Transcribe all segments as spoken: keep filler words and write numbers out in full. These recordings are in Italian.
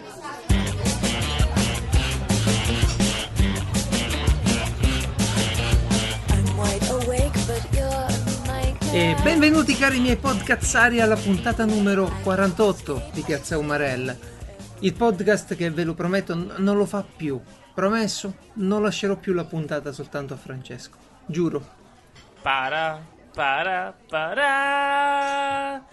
E benvenuti cari miei podcazzari alla puntata numero quarantotto di Piazza Umarell. Il podcast che, ve lo prometto, n- non lo fa più. Promesso, non lascerò più la puntata soltanto a Francesco. Giuro. Para, para, para.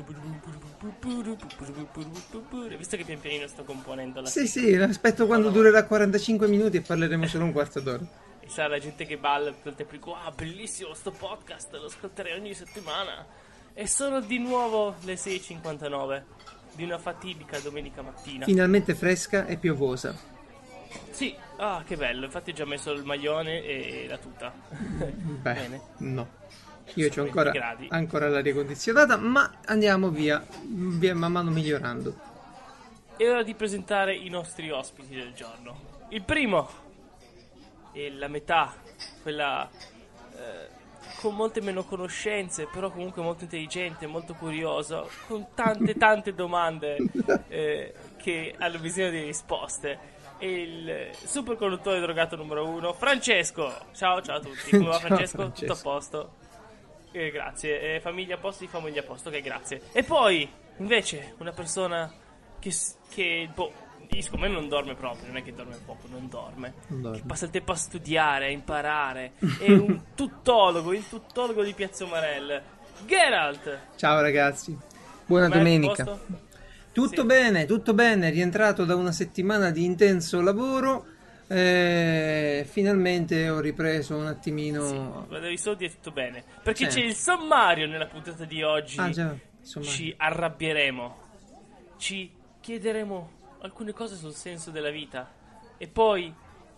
Visto che pian pianino sto componendo la Sì, sigla. sì, aspetto quando durerà quarantacinque minuti e parleremo solo un quarto d'ora. E sarà la gente che balla tutto il tempo. Dico, ah, bellissimo sto podcast, lo ascolterei ogni settimana. E sono di nuovo le sei e cinquantanove di una fatidica domenica mattina. Finalmente fresca e piovosa. Sì, ah, che bello. Infatti ho già messo il maglione e la tuta. Beh, Bene. no. Io Sono ho ancora, venti gradi. ancora l'aria condizionata, ma andiamo via, via man mano migliorando. È ora di presentare i nostri ospiti del giorno. Il primo e la metà, quella eh, con molte meno conoscenze, però comunque molto intelligente, molto curioso, con tante tante domande eh, che hanno bisogno di risposte. E il super conduttore drogato numero uno, Francesco. Ciao, ciao a tutti. Come va Ciao, Francesco? Francesco. Tutto a posto? Eh, grazie. Eh, famiglia a posto, di famiglia a posto, ok, grazie. E poi, invece, una persona che, s- che boh, secondo me non dorme proprio, non è che dorme poco, non dorme. Non dorme. Che passa il tempo a studiare, a imparare. È un tuttologo, il tuttologo di Piazza Umarell. Geralt! Ciao ragazzi, buona Com'è, domenica. posto? Tutto Sì. bene, tutto bene, rientrato da una settimana di intenso lavoro, eh, finalmente ho ripreso un attimino... Guarda, i soldi è tutto bene. Perché Sì. c'è il sommario nella puntata di oggi. Ah già, insomma, Ci arrabbieremo. Ci chiederemo alcune cose sul senso della vita. E poi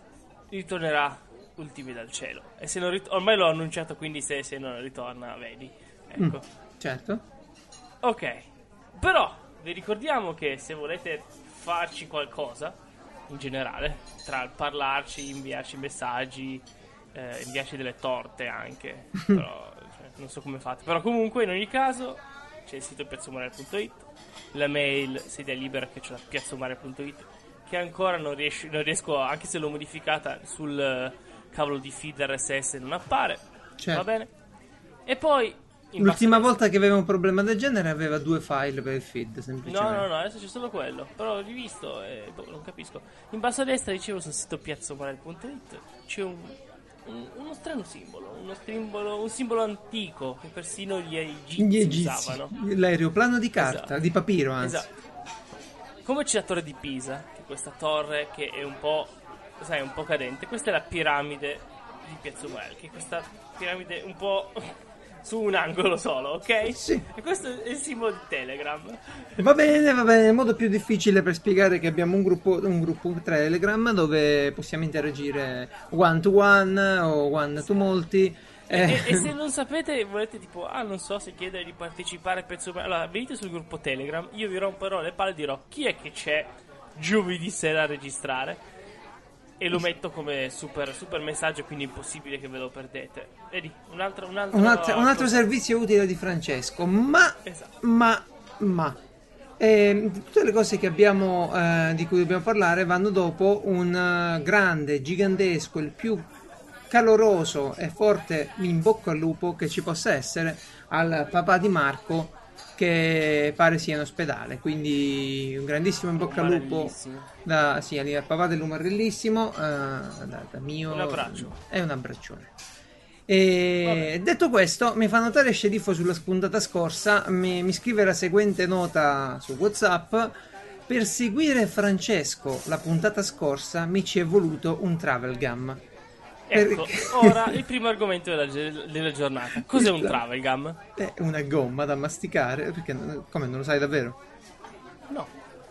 ritornerà Ultimi dal cielo. E se non rit- ormai l'ho annunciato, quindi se, se non ritorna, vedi. Ecco. certo. Ok. Però vi ricordiamo che se volete farci qualcosa, in generale, tra parlarci, inviarci messaggi, eh, inviarci delle torte anche, però cioè, non so come fate. Però comunque, in ogni caso, c'è il sito piazzomare punto it, la mail sedia libera che c'è la piazzomare punto it, che ancora non, riesco, non riesco, anche se l'ho modificata sul eh, cavolo di feed R S S non appare, Certo. va bene. E poi in L'ultima basso a volta che aveva un problema del genere aveva due file per il feed, destra- semplicemente. no no no, adesso c'è solo quello, però l'ho rivisto e boh, non capisco. In basso a destra, dicevo, sul sito piazzomare punto it c'è un, un- uno strano simbolo, uno simbolo, un simbolo antico che persino gli egizi, Gli egizi, usavano. l'aeroplano di carta, Esatto. di papiro anzi. Esatto. Come c'è la torre di Pisa, che è questa torre che è un po', sai, un po' cadente. Questa è la piramide di Piazza Umarell, che è questa piramide un po' su un angolo solo, ok? Sì. E questo è il simbolo di Telegram. Va bene, va bene, il modo più difficile per spiegare che abbiamo un gruppo, un gruppo Telegram dove possiamo interagire one to one o one to molti. E, Eh, e se non sapete, volete tipo, ah, non so se chiedere di partecipare a Piazza Umarell, allora venite sul gruppo Telegram, io vi romperò le palle e dirò chi è che c'è giovedì sera a registrare. E lo metto come super, super messaggio, quindi impossibile che ve lo perdete. Vedi, un altro, un altro, un, altro, un altro servizio utile di Francesco, ma, Esatto. ma, ma, eh, tutte le cose che abbiamo, eh, di cui dobbiamo parlare vanno dopo un eh, grande, gigantesco, il più caloroso e forte in bocca al lupo che ci possa essere al papà di Marco, che pare sia in ospedale, quindi un grandissimo in bocca al lupo Umarellissimo. da, sì, al papà dell'Umarellissimo, eh, da, da mio Un abbraccio. e un abbraccione. E detto questo, mi fa notare Sceriffo sulla spuntata scorsa, mi, mi scrive la seguente nota su WhatsApp: per seguire Francesco la puntata scorsa mi ci è voluto un travel gum. Ecco, Perché- ora il primo argomento della, ge- della giornata. Cos'è un travel gum? È una gomma da masticare, perché come non lo sai davvero? No.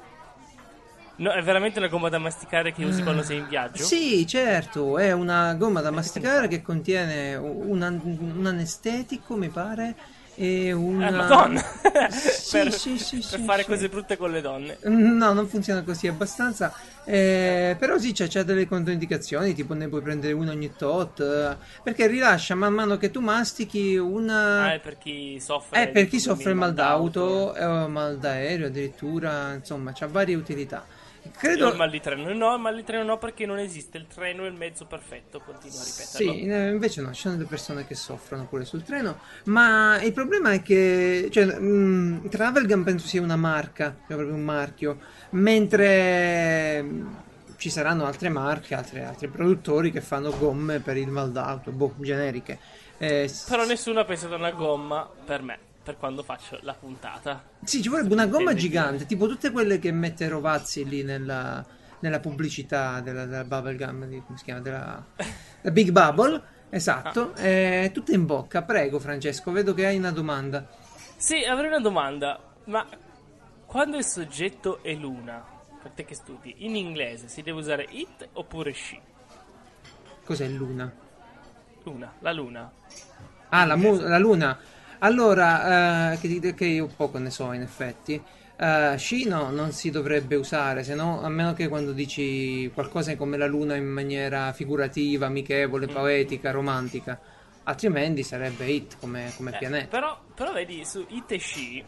No, è veramente una gomma da masticare che usi quando sei in viaggio? Sì, certo, è una gomma da masticare che contiene un, an- un anestetico, mi pare, e una... Eh, madonna! Sì, per sì, sì, per sì, fare sì. cose brutte con le donne. No, non funziona così abbastanza, eh, però sì, c'è, c'è delle controindicazioni, tipo ne puoi prendere uno ogni tot, eh, perché rilascia man mano che tu mastichi una... Ah, è per chi soffre Eh, per di chi problemi soffre di mal d'auto, eh, o mal d'aereo addirittura, insomma, c'ha varie utilità. Credo... Io il mal di treno no, il mal di treno no perché non esiste il treno è il mezzo perfetto, continuo a ripeterlo. Sì, eh, invece no, ci sono delle persone che soffrono pure sul treno, ma il problema è che cioè, mh, Travelgum penso sia una marca, cioè proprio un marchio, mentre mh, ci saranno altre marche, altre- altri produttori che fanno gomme per il mal d'auto, boh, generiche. Eh, Però s- nessuno ha pensato a una gomma per me, per quando faccio la puntata. sì, ci Questo vorrebbe mi una gomma intende gigante, dire. tipo tutte quelle che mette Rovazzi lì nella, nella pubblicità della, della Bubblegum, di- come si chiama, della, la Big Non lo Bubble, so. Ah. esatto, eh, tutte in bocca. Prego Francesco, vedo che hai una domanda. Sì, avrei una domanda, ma quando il soggetto è luna, per te che studi, in inglese si deve usare it oppure she? Cos'è Luna? Luna, la luna, Ah, in la, mu- inglese. la Luna. Allora, eh, che, che io poco ne so in effetti. Eh, She no, non si dovrebbe usare, se no, a meno che quando dici qualcosa come la Luna in maniera figurativa, amichevole, Mm. poetica, romantica. Altrimenti sarebbe It come, come Eh, pianeta. però, però vedi, su it e she,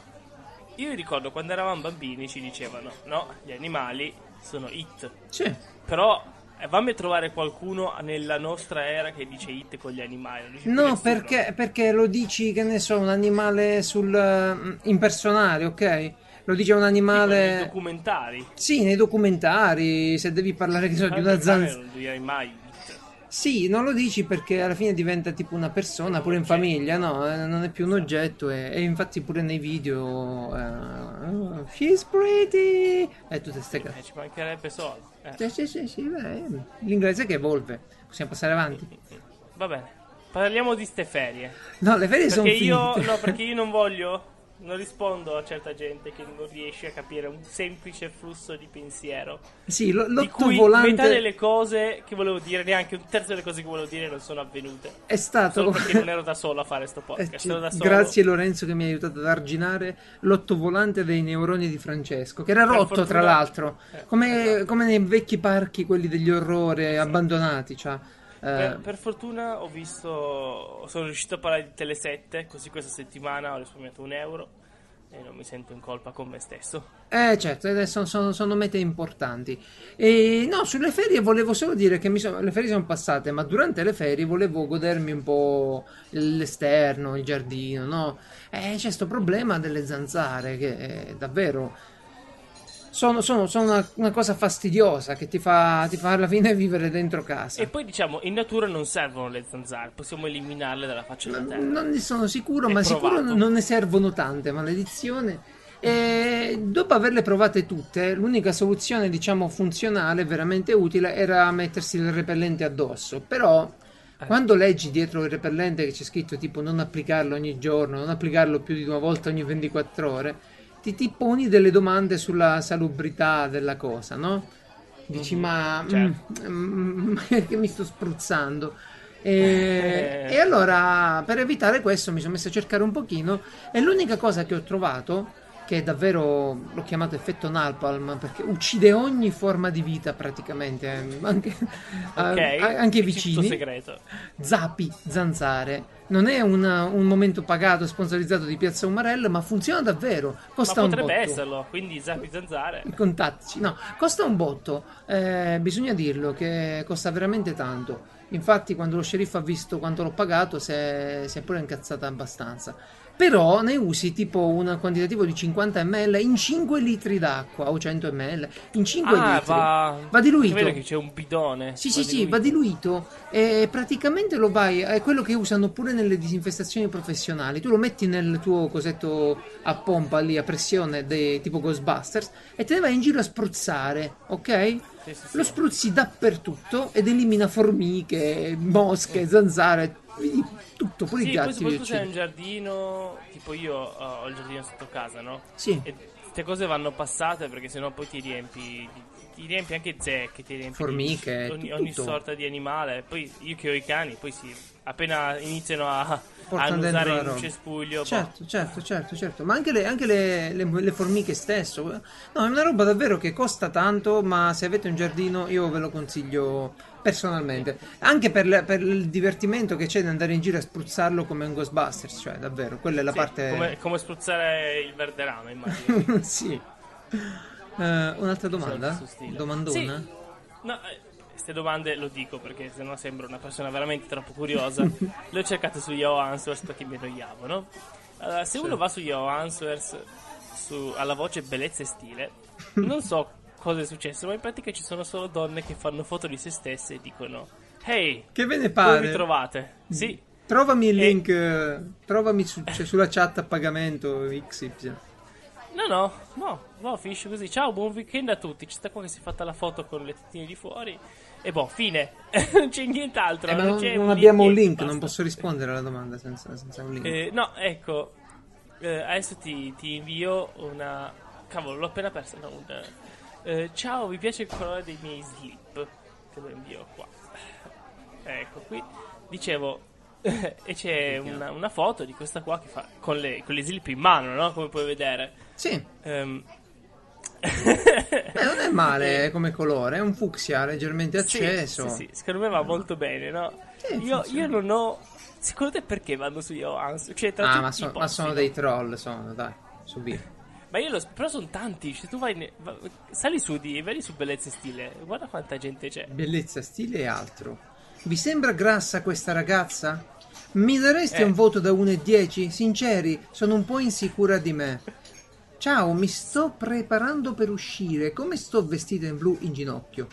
io mi ricordo quando eravamo bambini ci dicevano, no, gli animali sono it. Sì. Però eh, vammi a trovare qualcuno nella nostra era che dice it con gli animali, non dice più No, nessuno. perché, perché lo dici, che ne so, un animale sul mm, impersonale, ok? Lo dice un Tipo nei animale. documentari. Sì, nei documentari, se devi parlare, che so, di Il mio una cane zanzara. non direi mai it. Sì, non lo dici perché alla fine diventa tipo una persona, È un pure in oggetto. famiglia, no? Eh, Non è più un Esatto. oggetto e, e infatti pure nei video... eh, oh, she's pretty! E tutte queste cose. Eh, ci mancherebbe solo. Eh. Sì, sì, sì, sì, beh, l'inglese che evolve. Possiamo passare avanti. Va bene. Parliamo di ste ferie. No, le ferie sono Perché io, finite. no, perché io non voglio, non rispondo a certa gente che non riesce a capire un semplice flusso di pensiero. Sì, lo- Di cui l'ottovolante metà delle cose che volevo dire, neanche un terzo delle cose che volevo dire non sono avvenute. è stato... Solo perché non ero da solo a fare sto Eh, podcast. ci- Ero da solo. Grazie Lorenzo che mi ha aiutato ad arginare l'ottovolante dei neuroni di Francesco, che era Per rotto tra fortuna- l'altro, Eh, come, esatto. come nei vecchi parchi, quelli degli orrori abbandonati. Cioè, eh, Per, per fortuna ho visto, sono riuscito a parlare di Tele sette, così questa settimana ho risparmiato un euro e non mi sento in colpa con me stesso. eh, certo, adesso sono, sono mete importanti. E no, sulle ferie volevo solo dire che mi sono- le ferie sono passate, ma durante le ferie volevo godermi un po' l'esterno, il giardino, no? E c'è questo problema delle zanzare che è davvero... Sono, sono- sono una, una cosa fastidiosa che ti fa, ti fa alla fine vivere dentro casa. E poi diciamo, in natura non servono le zanzare, possiamo eliminarle dalla faccia della terra. Non ne sono sicuro, È ma sicuro provato. non ne servono tante, maledizione. E dopo averle provate tutte, l'unica soluzione, diciamo, funzionale, veramente utile, era mettersi il repellente addosso. Però, Eh. quando leggi dietro il repellente che c'è scritto tipo non applicarlo ogni giorno, non applicarlo più di una volta ogni ventiquattro ore, ti, ti poni delle domande sulla salubrità della cosa, no? Dici, Mhm, ma certo. mm, mm, che mi sto spruzzando? E, e allora, per evitare questo, mi sono messo a cercare un pochino. E l'unica cosa che ho trovato, che è davvero, l'ho chiamato effetto Napalm, perché uccide ogni forma di vita praticamente, eh, anche, Ok, eh, anche i dici tutto vicini. segreto. Zappi, zanzare. Non è una- un momento pagato, sponsorizzato di Piazza Umarell, ma funziona davvero. Ma Costa un potrebbe botto. esserlo, quindi zappi zanzare. Contattici, no, costa un botto, eh, bisogna dirlo che costa veramente tanto. Infatti, quando lo sceriffo ha visto quanto l'ho pagato, si è, si è pure incazzata abbastanza. Però ne usi tipo un quantitativo di cinquanta millilitri in cinque litri d'acqua o cento millilitri in cinque Ah, litri. va... Va diluito. Vedo che c'è un bidone. Sì, sì, sì, va diluito e praticamente lo vai, è quello che usano pure nelle disinfestazioni professionali. Tu lo metti nel tuo cosetto a pompa lì a pressione, dei, tipo Ghostbusters, e te ne vai in giro a spruzzare, ok? Sì, sì, sì. Lo spruzzi dappertutto ed elimina formiche, mosche, zanzare, tutto, pure i Sì, poi gatti. li soprattutto se hai uccide. un giardino, tipo io uh, ho il giardino sotto casa, no? Sì, E queste cose vanno passate perché sennò poi ti riempi, di- ti riempi anche zecche, ti riempi Formiche, di ogni, tu- ogni tutto. sorta di animale. Poi io che ho i cani, poi sì, appena iniziano a, a portano dentro annusare la in un roba. cespuglio, boh. Certo, certo, certo, certo. Ma anche le, anche le, le- le formiche stesso. No, è una roba davvero che costa tanto, ma se avete un giardino io ve lo consiglio personalmente. Anche per, le- per il divertimento che c'è di andare in giro a spruzzarlo come un Ghostbusters, cioè davvero, quella è la Sì, parte... come, come spruzzare il verderame, immagino. Sì. Eh, un'altra domanda? Questo stile. Domandona? Sì. No, queste domande lo dico perché sennò sembro una persona veramente troppo curiosa. Le ho cercate su Yahoo Answers perché mi annoiavo, no? Allora, se Sì. uno va su Yahoo Answers su, alla voce bellezza e stile, non so cosa è successo, ma in pratica ci sono solo donne che fanno foto di se stesse e dicono: Hey, Che ve ne come pare? vi trovate? Sì. Trovami il E- link, eh, trovami su- cioè, sulla chat a pagamento X Y. No, no, no, no, finisce così. Ciao, buon weekend a tutti. C'è sta qua che si è fatta la foto con le tettine di fuori. E boh, fine. Non c'è nient'altro. Eh, ma non non, c'è non un abbiamo un niente, link, basta. non posso rispondere alla domanda senza, senza un link. Eh, no, ecco. Eh, adesso ti, ti invio una. Cavolo, l'ho appena persa. No, un, eh, ciao, vi piace il colore dei miei slip? Te lo invio qua. Ecco qui. Dicevo. E c'è una, una foto di questa qua che fa con le, con le slip in mano, no? Come puoi vedere. Sì, Ehm, eh, non è male come colore, è un fucsia leggermente Sì, acceso. Sì, sì, secondo me va molto bene, no? Sì, io, funziona. io non ho. Secondo te perché vanno su Yo Ans? Cioè, tra Ah, tutti ma, i so- ma posti, sono no? dei troll, sono, dai, su via. Ma io lo. Però sono tanti. Se tu vai. ne- va- Sali su di. Vai su bellezza e stile. Guarda quanta gente c'è. Bellezza, stile e altro. Vi sembra grassa questa ragazza? Mi dareste Eh. un voto da uno a dieci? Sinceri, sono un po' insicura di me. Ciao, mi sto preparando per uscire. Come sto vestita in blu in ginocchio?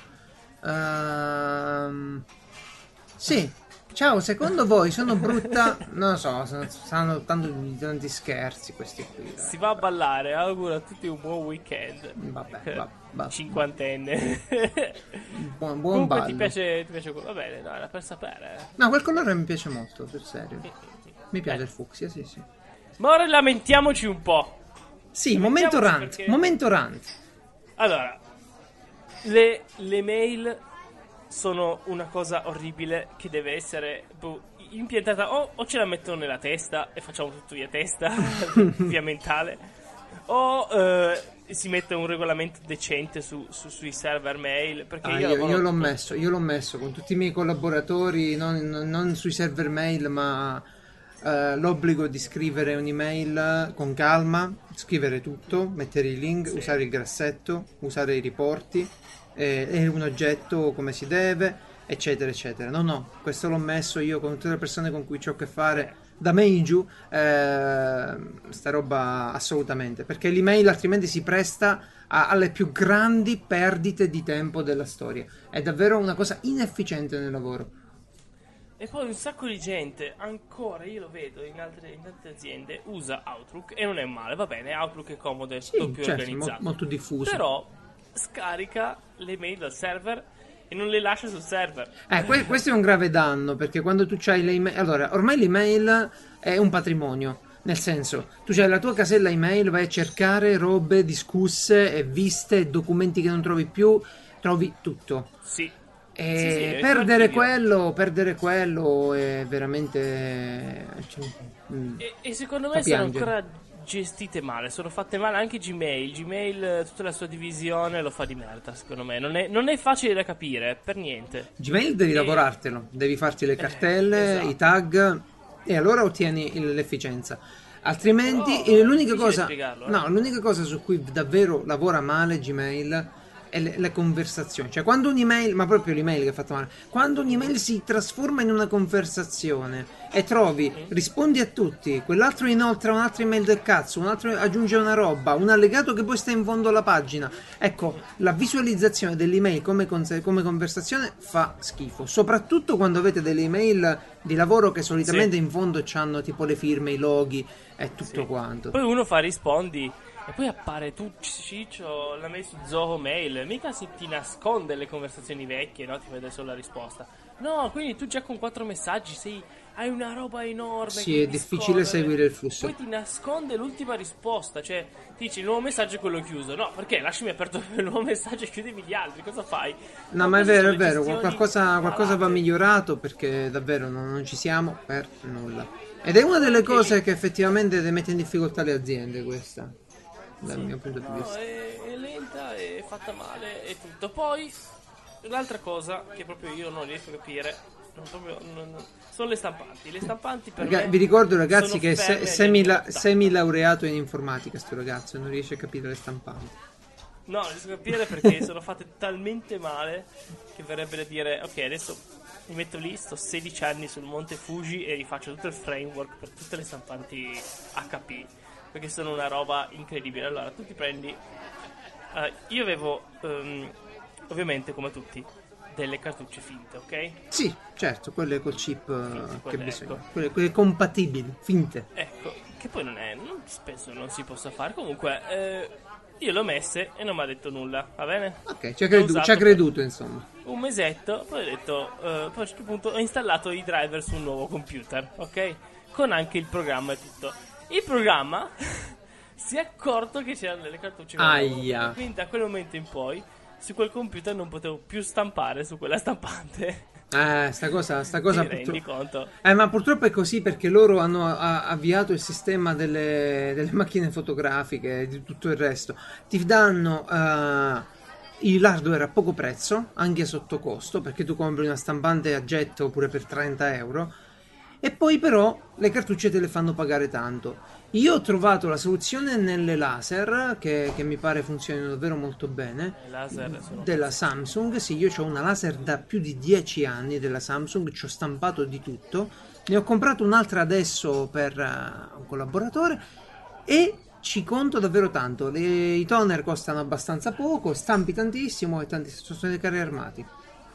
Ehm, Sì. Ciao, secondo voi sono brutta? Non lo so, sono- stanno tanto tanti scherzi questi qui. dai. Si va a ballare. Auguro a tutti un buon weekend. Vabbè, va, va. Cinquantenne. Buon, buon Comunque ballo. ti piace, ti piace. Va bene, no, era per sapere. eh. No, quel colore mi piace molto, sul serio. Mi piace Eh. il fucsia, sì, sì. Ma ora lamentiamoci un po'. Sì, momento Mettiamoci rant, perché- momento rant. Allora, le, le mail sono una cosa orribile che deve essere boh, impiantata o, o ce la mettono nella testa e facciamo tutto via testa, via mentale, o eh, si mette un regolamento decente su, su- sui server mail. Perché Ah, io, io, lavoro io l'ho con- messo, io l'ho messo con tutti i miei collaboratori, non, non- non sui server mail, ma eh, l'obbligo di scrivere un'email con calma, scrivere tutto, mettere i link, Sì. usare il grassetto, usare i riporti, eh, e un oggetto come si deve, eccetera, eccetera. No, no, questo l'ho messo io con tutte le persone con cui ho a che fare. Da me in giù, eh, sta roba assolutamente, perché l'email altrimenti si presta a- alle più grandi perdite di tempo della storia. È davvero una cosa inefficiente nel lavoro. E poi un sacco di gente, ancora io lo vedo in altre, in altre aziende, usa Outlook e non è male, va bene, Outlook è comodo, è tutto più certo, organizzato. mo- molto diffuso. Però scarica le mail dal server e non le lascia sul server. Eh, que- questo è un grave danno, perché quando tu c'hai le email... Allora, ormai l'email è un patrimonio. Nel senso, tu c'hai la tua casella email, vai a cercare robe discusse e viste, e documenti che non trovi più, trovi tutto. Sì. E Sì, sì, è perdere archivio. quello, perdere quello è veramente... cioè, mm. E, e secondo Fa me sono piangere. ancora gestite male, sono fatte male anche Gmail. Gmail, eh, tutta la sua divisione lo fa di merda, secondo me. Non è, non è facile da capire, per niente. Gmail devi E- lavorartelo, devi farti le cartelle, esatto. i tag e allora ottieni il- l'efficienza. Altrimenti Però eh, è l'unica difficile cosa, spiegarlo, eh. no, l'unica cosa su cui davvero lavora male Gmail è le, le conversazioni. Cioè quando un'email, ma proprio l'email che ha fatto male, quando un'email si trasforma in una conversazione e trovi, rispondi a tutti, quell'altro inoltra un'altra email del cazzo, un altro aggiunge una roba, un allegato che poi sta in fondo alla pagina. Ecco, la visualizzazione dell'email come, conse- come conversazione fa schifo, soprattutto quando avete delle email di lavoro che solitamente in fondo hanno tipo le firme, i loghi e tutto Sì. quanto. Poi uno fa rispondi e poi appare tu, Ciccio, l'ha messo su Zoho Mail. Mica si ti nasconde le conversazioni vecchie, no? Ti vede solo la risposta. No, quindi tu già con quattro messaggi sei, hai una roba enorme. Sì, che è devi difficile scorrere. seguire il flusso. Poi ti nasconde l'ultima risposta. Cioè, ti dici il nuovo messaggio è quello chiuso. No, perché lasciami aperto il nuovo messaggio e chiudimi gli altri. Cosa fai? No, ma è queste vero, sono è vero, gestioni qualcosa, qualcosa va malate. migliorato perché davvero non, non ci siamo per nulla. Ed è una delle Anche cose lì- che effettivamente mette in difficoltà le aziende, questa, dal Sì. mio punto di No, vista. è, è lenta, è fatta male e tutto. Poi, l'altra cosa che proprio io non riesco a capire non proprio, non- non- sono le stampanti. Le stampanti per Raga- me vi ricordo ragazzi sono che ferme è negli semi, anni ottanta. semi laureato in informatica sto ragazzo, non riesce a capire le stampanti. No, non riesco a capire perché sono fatte talmente male che verrebbe da dire, ok, adesso mi metto lì, sto sedici anni sul Monte Fuji e rifaccio tutto il framework per tutte le stampanti H P, perché sono una roba incredibile. Allora, tu ti prendi... Uh, io avevo, um, ovviamente, come tutti, delle cartucce finte, ok? Sì, certo, quelle col chip Finte, che quelle, bisogna. ecco. Quelle, quelle compatibili, finte. Ecco, che poi non è, non, penso non si possa fare. Comunque, eh, io le ho messe e non mi ha detto nulla, va bene? Ok, ci ha, L'ho credu- usato ci ha per creduto, insomma. un mesetto, poi ho detto, eh, poi a un certo punto ho installato i driver su un nuovo computer, ok? Con anche il programma e tutto. Il programma si è accorto che c'erano delle cartucce che Aia. avevo, quindi da quel momento in poi su quel computer non potevo più stampare su quella stampante. Eh, sta cosa, sta cosa Ti rendi purtroppo. conto? Eh, ma purtroppo è così perché loro hanno a- avviato il sistema delle, delle macchine fotografiche e di tutto il resto. Ti danno eh, l'hardware a poco prezzo, anche sotto costo, perché tu compri una stampante a getto pure per trenta euro. E poi però le cartucce te le fanno pagare tanto. Io ho trovato la soluzione nelle laser, che, che mi pare funzionino davvero molto bene. I laser sono Della Samsung, sì, io ho una laser da più di dieci anni della Samsung, ci ho stampato di tutto. Ne ho comprato un'altra adesso per uh, un collaboratore e ci conto davvero tanto. Le, I toner costano abbastanza poco, stampi tantissimo e tanti, sono dei carri armati.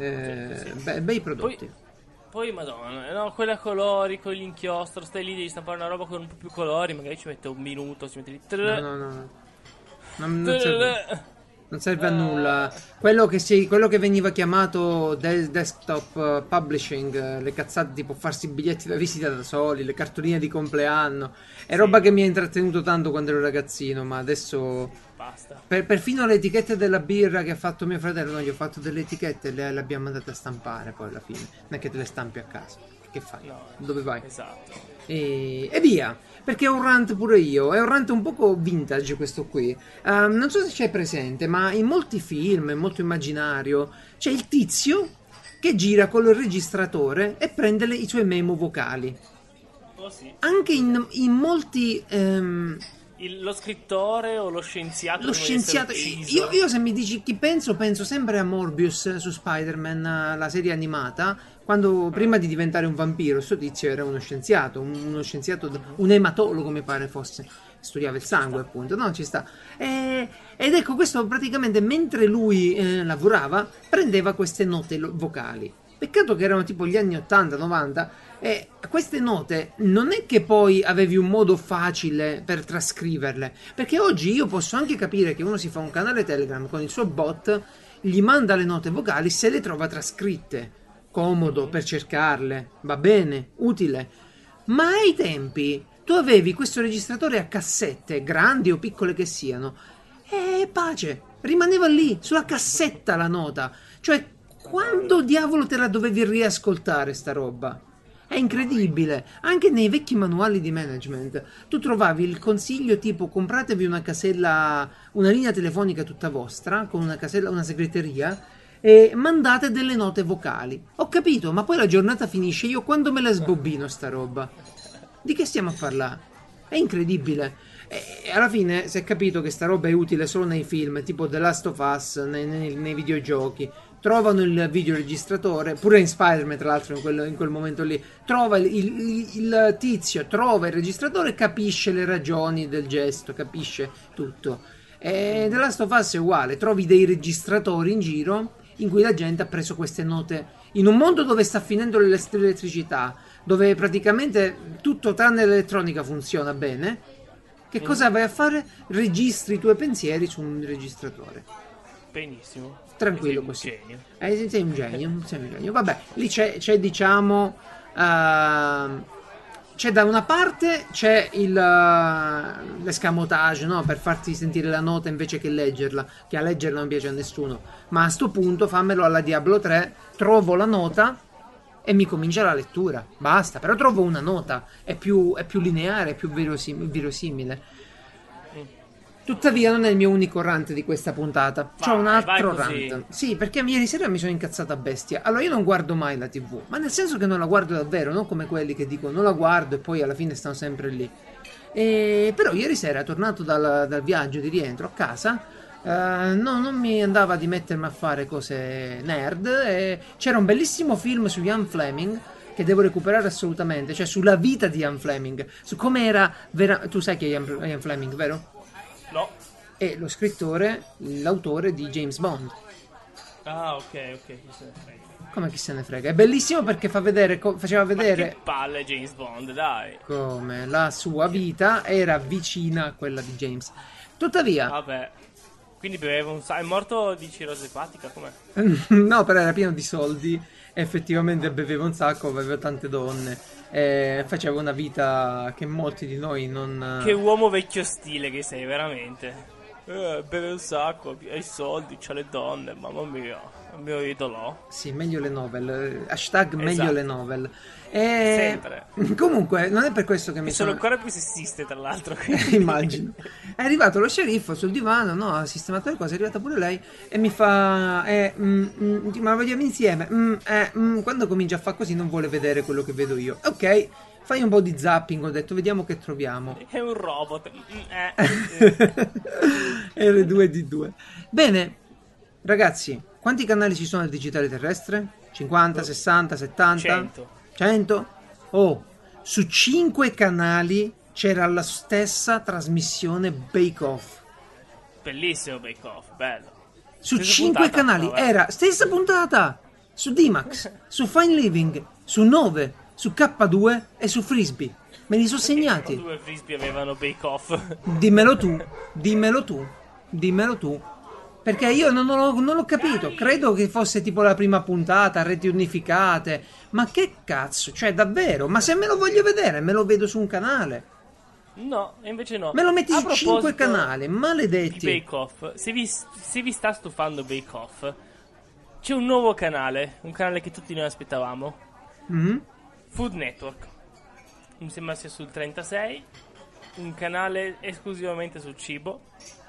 Eh, Sì, sì. be- bei prodotti. Poi, poi madonna, no, quella a colori, con l'inchiostro, stai lì, devi stampare una roba con un po' più colori, magari ci mette un minuto, ci mette lì... No, no, no, no. Non, non serve, non serve a nulla. Quello che, si, quello che veniva chiamato de- desktop uh, publishing, uh, le cazzate tipo farsi i biglietti da visita da soli, le cartoline di compleanno, è Sì. roba che mi ha intrattenuto tanto quando ero ragazzino, ma adesso... Basta. Per, perfino le etichette della birra che ha fatto mio fratello, no, gli ho fatto delle etichette e le, le abbiamo andate a stampare poi alla fine. Non è che te le stampi a casa. Che fai? No, Dove vai? esatto. E, e via, perché è un rant pure io, è un rant un poco vintage questo qui. Ehm, non so se c'è presente, ma in molti film, in molto immaginario, c'è il tizio che gira con il registratore e prende le- i suoi memo vocali. Oh sì. Anche in, in molti... ehm, Il- lo scrittore o lo scienziato lo prima di essere scienziato, ucciso? io, io se mi dici chi penso, penso sempre a Morbius su Spider-Man, eh, la serie animata, quando prima di diventare un vampiro, questo tizio era uno scienziato, un- uno scienziato, d- un ematologo mi pare fosse, studiava il sangue appunto, no ci sta. E- ed ecco questo praticamente mentre lui eh, lavorava prendeva queste note lo- vocali. Peccato che erano tipo gli anni ottanta novanta e queste note non è che poi avevi un modo facile per trascriverle, perché oggi io posso anche capire che uno si fa un canale Telegram con il suo bot, gli manda le note vocali se le trova trascritte, comodo per cercarle, va bene, utile. Ma ai tempi tu avevi questo registratore a cassette, grandi o piccole che siano, e pace, rimaneva lì, sulla cassetta la nota. Cioè, quando diavolo te la dovevi riascoltare sta roba? È incredibile. Anche nei vecchi manuali di management tu trovavi il consiglio tipo compratevi una casella, una linea telefonica tutta vostra, con una casella, una segreteria e mandate delle note vocali. Ho capito, ma poi la giornata finisce, io quando me la sbobbino sta roba? Di che stiamo a parlare? È incredibile. E alla fine si è capito che sta roba è utile solo nei film, tipo The Last of Us, nei, nei- nei videogiochi. Trovano il videoregistratore, pure in Spider-Man tra l'altro in quel, in quel momento lì, trova il, il- il tizio, trova il registratore e capisce le ragioni del gesto, capisce tutto. E The Last of Us è uguale, trovi dei registratori in giro in cui la gente ha preso queste note in un mondo dove sta finendo l'elett- l'elettricità, dove praticamente tutto tranne l'elettronica funziona bene. Che cosa vai a fare? Registri i tuoi pensieri su un registratore. Benissimo. Tranquillo Sei un così. genio. Eh, sei un genio, sei un genio. Vabbè, lì c'è, c'è diciamo, ehm, c'è da una parte c'è il eh, l'escamotage, no? Per farti sentire la nota invece che leggerla, che a leggerla non piace a nessuno. Ma a sto punto fammelo alla Diablo tre, trovo la nota e mi comincia la lettura. Basta, però trovo una nota, è più, è più lineare, è più verosim- verosimile. Tuttavia non è il mio unico rant di questa puntata. C'ho Vai, un altro vai così. rant. Sì, perché ieri sera mi sono incazzata a bestia. Allora io non guardo mai la tivù, ma nel senso che non la guardo davvero, non come quelli che dicono non la guardo e poi alla fine stanno sempre lì. E... Però ieri sera, tornato dal, dal viaggio di rientro a casa, Uh, no, non mi andava di mettermi a fare cose nerd. E c'era un bellissimo film su Ian Fleming che devo recuperare assolutamente, cioè sulla vita di Ian Fleming, su come era vera... Tu sai chi è Ian, Ian Fleming, vero? No. È lo scrittore, l'autore di James Bond. Ah, ok, ok, chi se ne frega. Come chi se ne frega? È bellissimo perché fa vedere, co- faceva vedere... Ma che palle James Bond, dai. Come la sua vita era vicina a quella di James. Tuttavia... Vabbè. Quindi beveva un sacco. È morto di cirrosi epatica, com'è? No, però era pieno di soldi. Effettivamente beveva un sacco, aveva tante donne. E faceva una vita che molti di noi non... Che uomo vecchio stile che sei, veramente. Eh, beve un sacco, ha i soldi, c'ha le donne, mamma mia, è il mio idolo. Sì, meglio le novel. Hashtag meglio Esatto. le novel. E... Sempre. Comunque, non è per questo che mi E sono sono... ancora più sessiste, tra l'altro. quindi- Immagino. È arrivato lo sceriffo sul divano, no, ha sistemato le cose, è arrivata pure lei e mi fa, eh, mm, mm, ma la vediamo insieme. Mm, eh, mm, quando comincia a fare così non vuole vedere quello che vedo io. Ok, fai un po' di zapping, ho detto, vediamo che troviamo. È un robot. Mm, eh. R due D due. Bene, ragazzi, quanti canali ci sono nel digitale terrestre? cinquanta, sessanta, settanta? cento. cento? Oh, su cinque canali c'era la stessa trasmissione Bake Off. Bellissimo Bake Off, bello. Su Stessa cinque puntata? canali No, vabbè. era stessa puntata su D-Max, su Fine Living, su nove, su K due e su Frisbee. Me li sono Perché segnati. i due frisbee avevano Bake Off. Dimmelo tu, dimmelo tu, dimmelo tu. Perché io non, non ho, non ho capito. Credo che fosse tipo la prima puntata, reti unificate. Ma che cazzo? Cioè, davvero? Ma se me lo voglio vedere, me lo vedo su un canale. No, e invece no. Me lo metti A su cinque proposito canali, di maledetti. Bake Off, se vi, se vi sta stufando Bake Off, c'è un nuovo canale, un canale che tutti noi aspettavamo. Mhm. Food Network. Mi sembra sia sul trentasei, un canale esclusivamente sul cibo.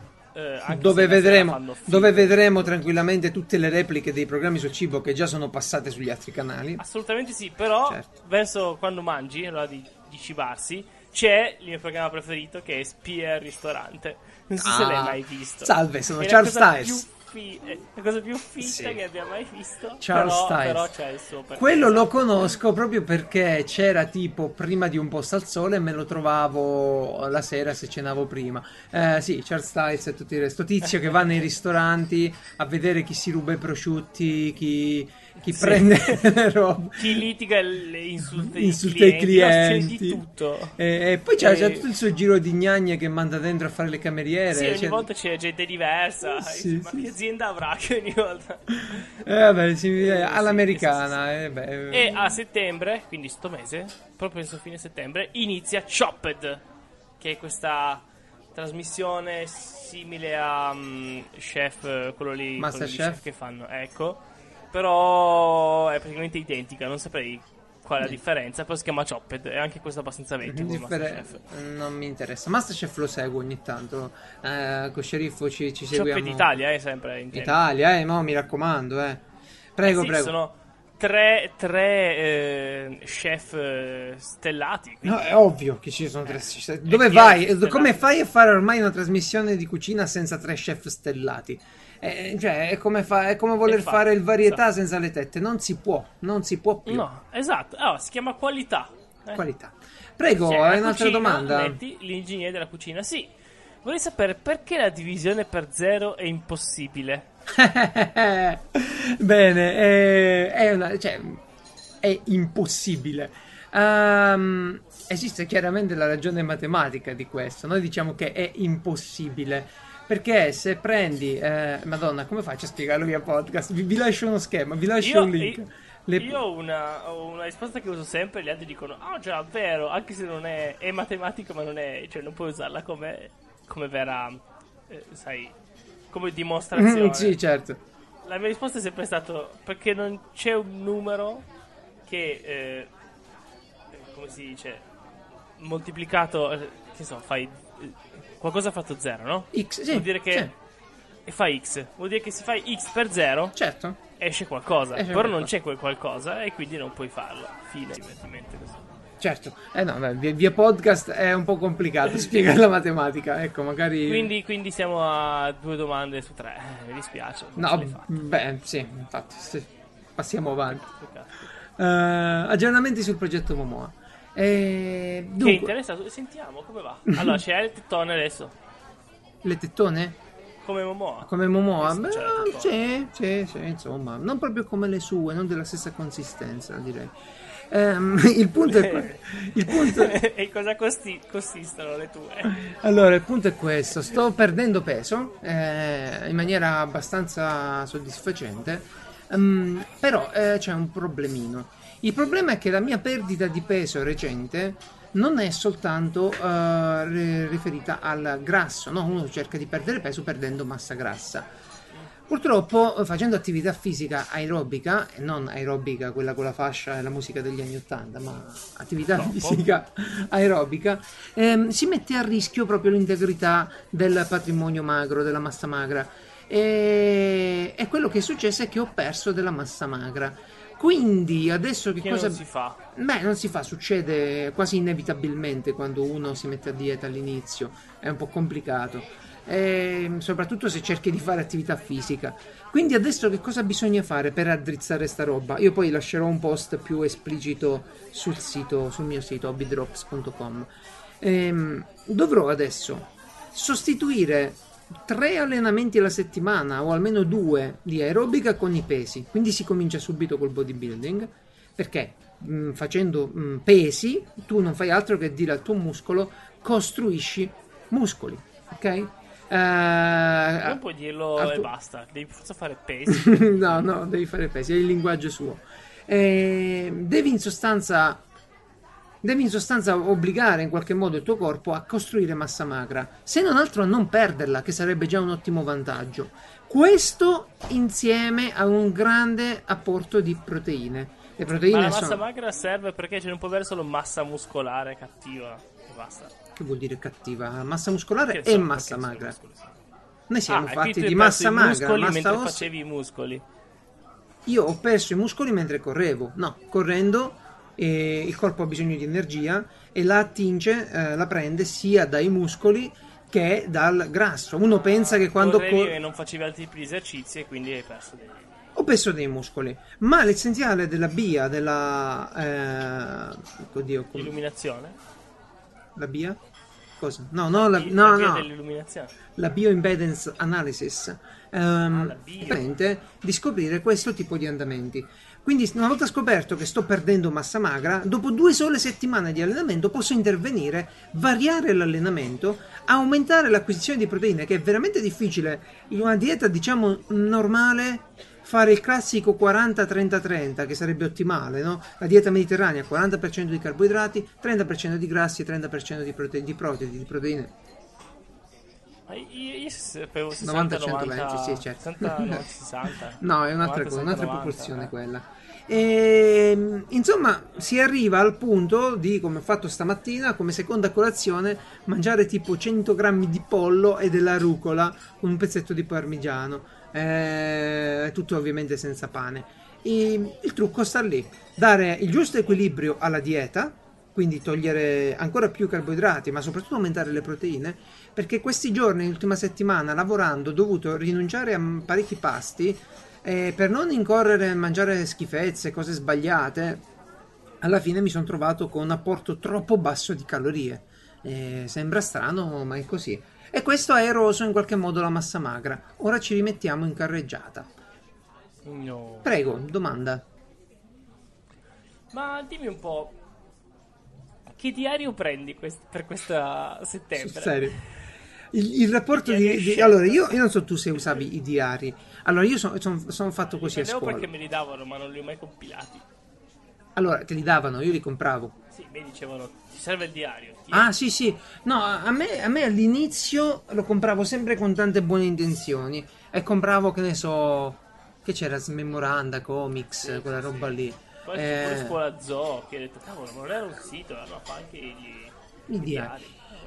eh, anche Dove se la sera vedremo, fanno film. dove vedremo tranquillamente tutte le repliche dei programmi sul cibo che già sono passate sugli altri canali. Assolutamente sì, però Certo. verso quando mangi, allora di, di cibarsi, c'è il mio programma preferito che è Spia al ristorante. Non so se Ah, l'hai mai visto. salve, sono È la Charles cosa Stiles. più fi- è la cosa più finta Sì. che abbia mai visto. Charles però, Stiles. però c'è il suo perché. Quello lo conosco proprio perché c'era tipo prima di Un posto al sole e me lo trovavo la sera se cenavo prima. Eh, sì, Charles Stiles e tutto il resto. Tizio che va nei ristoranti a vedere chi si ruba i prosciutti, chi, chi Sì. prende le robe. Chi litiga e le insulta, Insulta i i clienti. No, c'è clienti. di tutto. E, e poi c'ha, E- c'ha tutto il suo giro di gnagne che manda dentro a fare le cameriere. Sì, ogni cioè- volta c'è gente diversa. Sì, Ma sì, che azienda avrà che ogni volta? Eh, vabbè, sì, eh, sì, all'americana. eh, beh, E a settembre, quindi sto mese, proprio verso fine settembre, inizia Chopped, che è questa trasmissione simile a mm, Chef, eh, quello lì, quello di Masterchef? Chef che fanno, ecco. Però è praticamente identica, non saprei qual è la differenza, però si chiama Chopped, e anche questo è abbastanza vecchio come Differ- Masterchef. non mi interessa. Masterchef lo seguo ogni tanto. Eh, con Sceriffo ci, ci seguiamo. Chopped Italia, è sempre in tempo. Italia, eh, mo mi raccomando, eh. Prego, Eh sì, prego. sono tre, tre eh, chef eh, stellati. quindi- No, è ovvio che ci sono tre chef. Dove chi vai? è stellati? Come fai a fare ormai una trasmissione di cucina senza tre chef stellati? Eh, cioè, è come, fa- è come voler Infatti, fare il varietà esatto. senza le tette. Non si può, non si può più. No, esatto. Allora, si chiama qualità. eh. Qualità. Prego, Cioè, hai la un'altra cucina, domanda? metti l'ingegnere della cucina. Sì, vorrei sapere perché la divisione per zero è impossibile. Bene, è, è una, cioè, è impossibile. Ehm, esiste chiaramente la ragione matematica di questo. Noi diciamo che è impossibile. Perché se prendi, eh, Madonna, come faccio a spiegarlo via podcast? Vi, vi lascio uno schema, vi lascio Io, un link. io- Le- io ho una, ho una risposta che uso sempre. Gli altri dicono: ah, già, vero. Anche se non è, è matematica, ma non è, cioè, non puoi usarla come, come vera, eh, sai, come dimostrazione. Mm, sì, certo. La mia risposta è sempre stata perché non c'è un numero che, eh, come si dice, moltiplicato, eh, che so, fai eh, qualcosa fatto zero, no? X, sì, Vuol dire che sì, e fa x, vuol dire che se fai x per zero certo. esce qualcosa, Esce però non qualcosa. c'è quel qualcosa e quindi non puoi farlo. Fine divertimento così. certo. Eh no, beh, via, via podcast è un po' complicato spiegare la matematica, ecco, magari... Quindi, quindi siamo a due domande su tre, eh, mi dispiace. non ce l'hai No, fatta. beh, sì, infatti, sì. Passiamo avanti. Peccato. Eh, aggiornamenti sul progetto Momoa. Eh, Che dunque, interessato, sentiamo come va. Allora, c'è il tettone adesso, le tettone? come Momoa. Come Momoa? Eh sì, Beh, c'è le tettone. sì, sì, sì, insomma, non proprio come le sue, non della stessa consistenza, direi. Ehm, il punto è que- il punto E cosa costi- consistono le tue? allora, il punto è questo, sto perdendo peso eh, in maniera abbastanza soddisfacente, ehm, però eh, c'è un problemino. Il problema è che la mia perdita di peso recente non è soltanto eh, ri- riferita al grasso, no? Uno cerca di perdere peso perdendo massa grassa. Purtroppo eh, facendo attività fisica aerobica, e non aerobica quella con la fascia e la musica degli anni ottanta, ma attività Troppo. fisica aerobica, ehm, si mette a rischio proprio l'integrità del patrimonio magro, della massa magra. E, e quello che è successo è che ho perso della massa magra. Quindi adesso che Che cosa... non si fa. Beh, non si fa, succede quasi inevitabilmente quando uno si mette a dieta all'inizio, è un po' complicato, e soprattutto se cerchi di fare attività fisica. Quindi adesso che cosa bisogna fare per raddrizzare sta roba? Io poi lascerò un post più esplicito sul sito, sul mio sito hobby drops punto com. Ehm, dovrò adesso sostituire tre allenamenti alla settimana o almeno due di aerobica con i pesi, quindi si comincia subito col bodybuilding, perché mh, facendo mh, pesi tu non fai altro che dire al tuo muscolo costruisci muscoli, ok? Eh, Non puoi dirlo al e tuo- basta, devi forse fare pesi. no, no, devi fare pesi, è il linguaggio suo. Eh, devi in sostanza devi in sostanza obbligare in qualche modo il tuo corpo a costruire massa magra, se non altro a non perderla, che sarebbe già un ottimo vantaggio. Questo insieme a un grande apporto di proteine. Le Ma proteine la massa sono... magra serve perché cioè, non può avere solo massa muscolare cattiva e basta. Che vuol dire cattiva? Massa muscolare Che e so, massa perché magra. sono muscoli. Noi siamo Ah, e fatti qui tu di hai massa perso i magra, muscoli massa mentre ossa. facevi i muscoli. Io ho perso i muscoli mentre correvo. No, correndo eh, il corpo ha bisogno di energia e la attinge, eh, la prende sia dai muscoli che dal grasso. Uno pensa che quando Correvi cor- e non facevi altri tipi di esercizi e quindi hai perso dei... ho perso dei muscoli, ma l'essenziale della B I A, della... Eh, oddio, come... Illuminazione? La B I A? Cosa? No, no, la, Sì, no, la via no. dell'illuminazione. La bioimpedance analysis, ehm, la bio. permette di scoprire questo tipo di andamenti. Quindi, una volta scoperto che sto perdendo massa magra, dopo due sole settimane di allenamento posso intervenire, variare l'allenamento, aumentare l'acquisizione di proteine, che è veramente difficile in una dieta, diciamo, normale. Fare il classico quaranta trenta trenta, che sarebbe ottimale, no? La dieta mediterranea, quaranta per cento di carboidrati, trenta per cento di grassi e trenta per cento di, prote- di proteine, di proteine. Ma io, io sapevo novanta sessanta centoventi, novanta, sì, certo. sessanta novanta, sessanta. No, è un'altra novanta, cosa, un'altra novanta, proporzione eh. quella. E, insomma, si arriva al punto di, come ho fatto stamattina, come seconda colazione, mangiare tipo cento grammi di pollo e della rucola con un pezzetto di parmigiano. Eh, tutto ovviamente senza pane. E il trucco sta lì: dare il giusto equilibrio alla dieta, quindi togliere ancora più carboidrati, ma soprattutto aumentare le proteine, perché questi giorni, l'ultima settimana, lavorando, ho dovuto rinunciare a parecchi pasti eh, per non incorrere a mangiare schifezze, cose sbagliate. Alla fine mi sono trovato con un apporto troppo basso di calorie. Eh, sembra strano, ma è così. E questo ha eroso in qualche modo la massa magra. Ora ci rimettiamo in carreggiata. No. Prego, domanda. Ma dimmi un po', che diario prendi quest- per questa Sul settembre? serio. Il, il rapporto Che di, diari hai di- scelto? allora io, io non so tu se usavi i diari. Allora io sono son, son fatto così a Prendevo scuola. perché me li davano, ma non li ho mai compilati. Allora te li davano, io li compravo. Sì, mi dicevano, ti serve il diario. Ti- Ah sì sì, no, a me, a me all'inizio lo compravo sempre con tante buone intenzioni e compravo, che ne so, che c'era, Smemoranda, Comics, Sì, quella sì, roba sì. lì. Poi Eh, pure scuola zoo, che ho detto, cavolo, ma non era un sito, no, fa anche gli, I diari.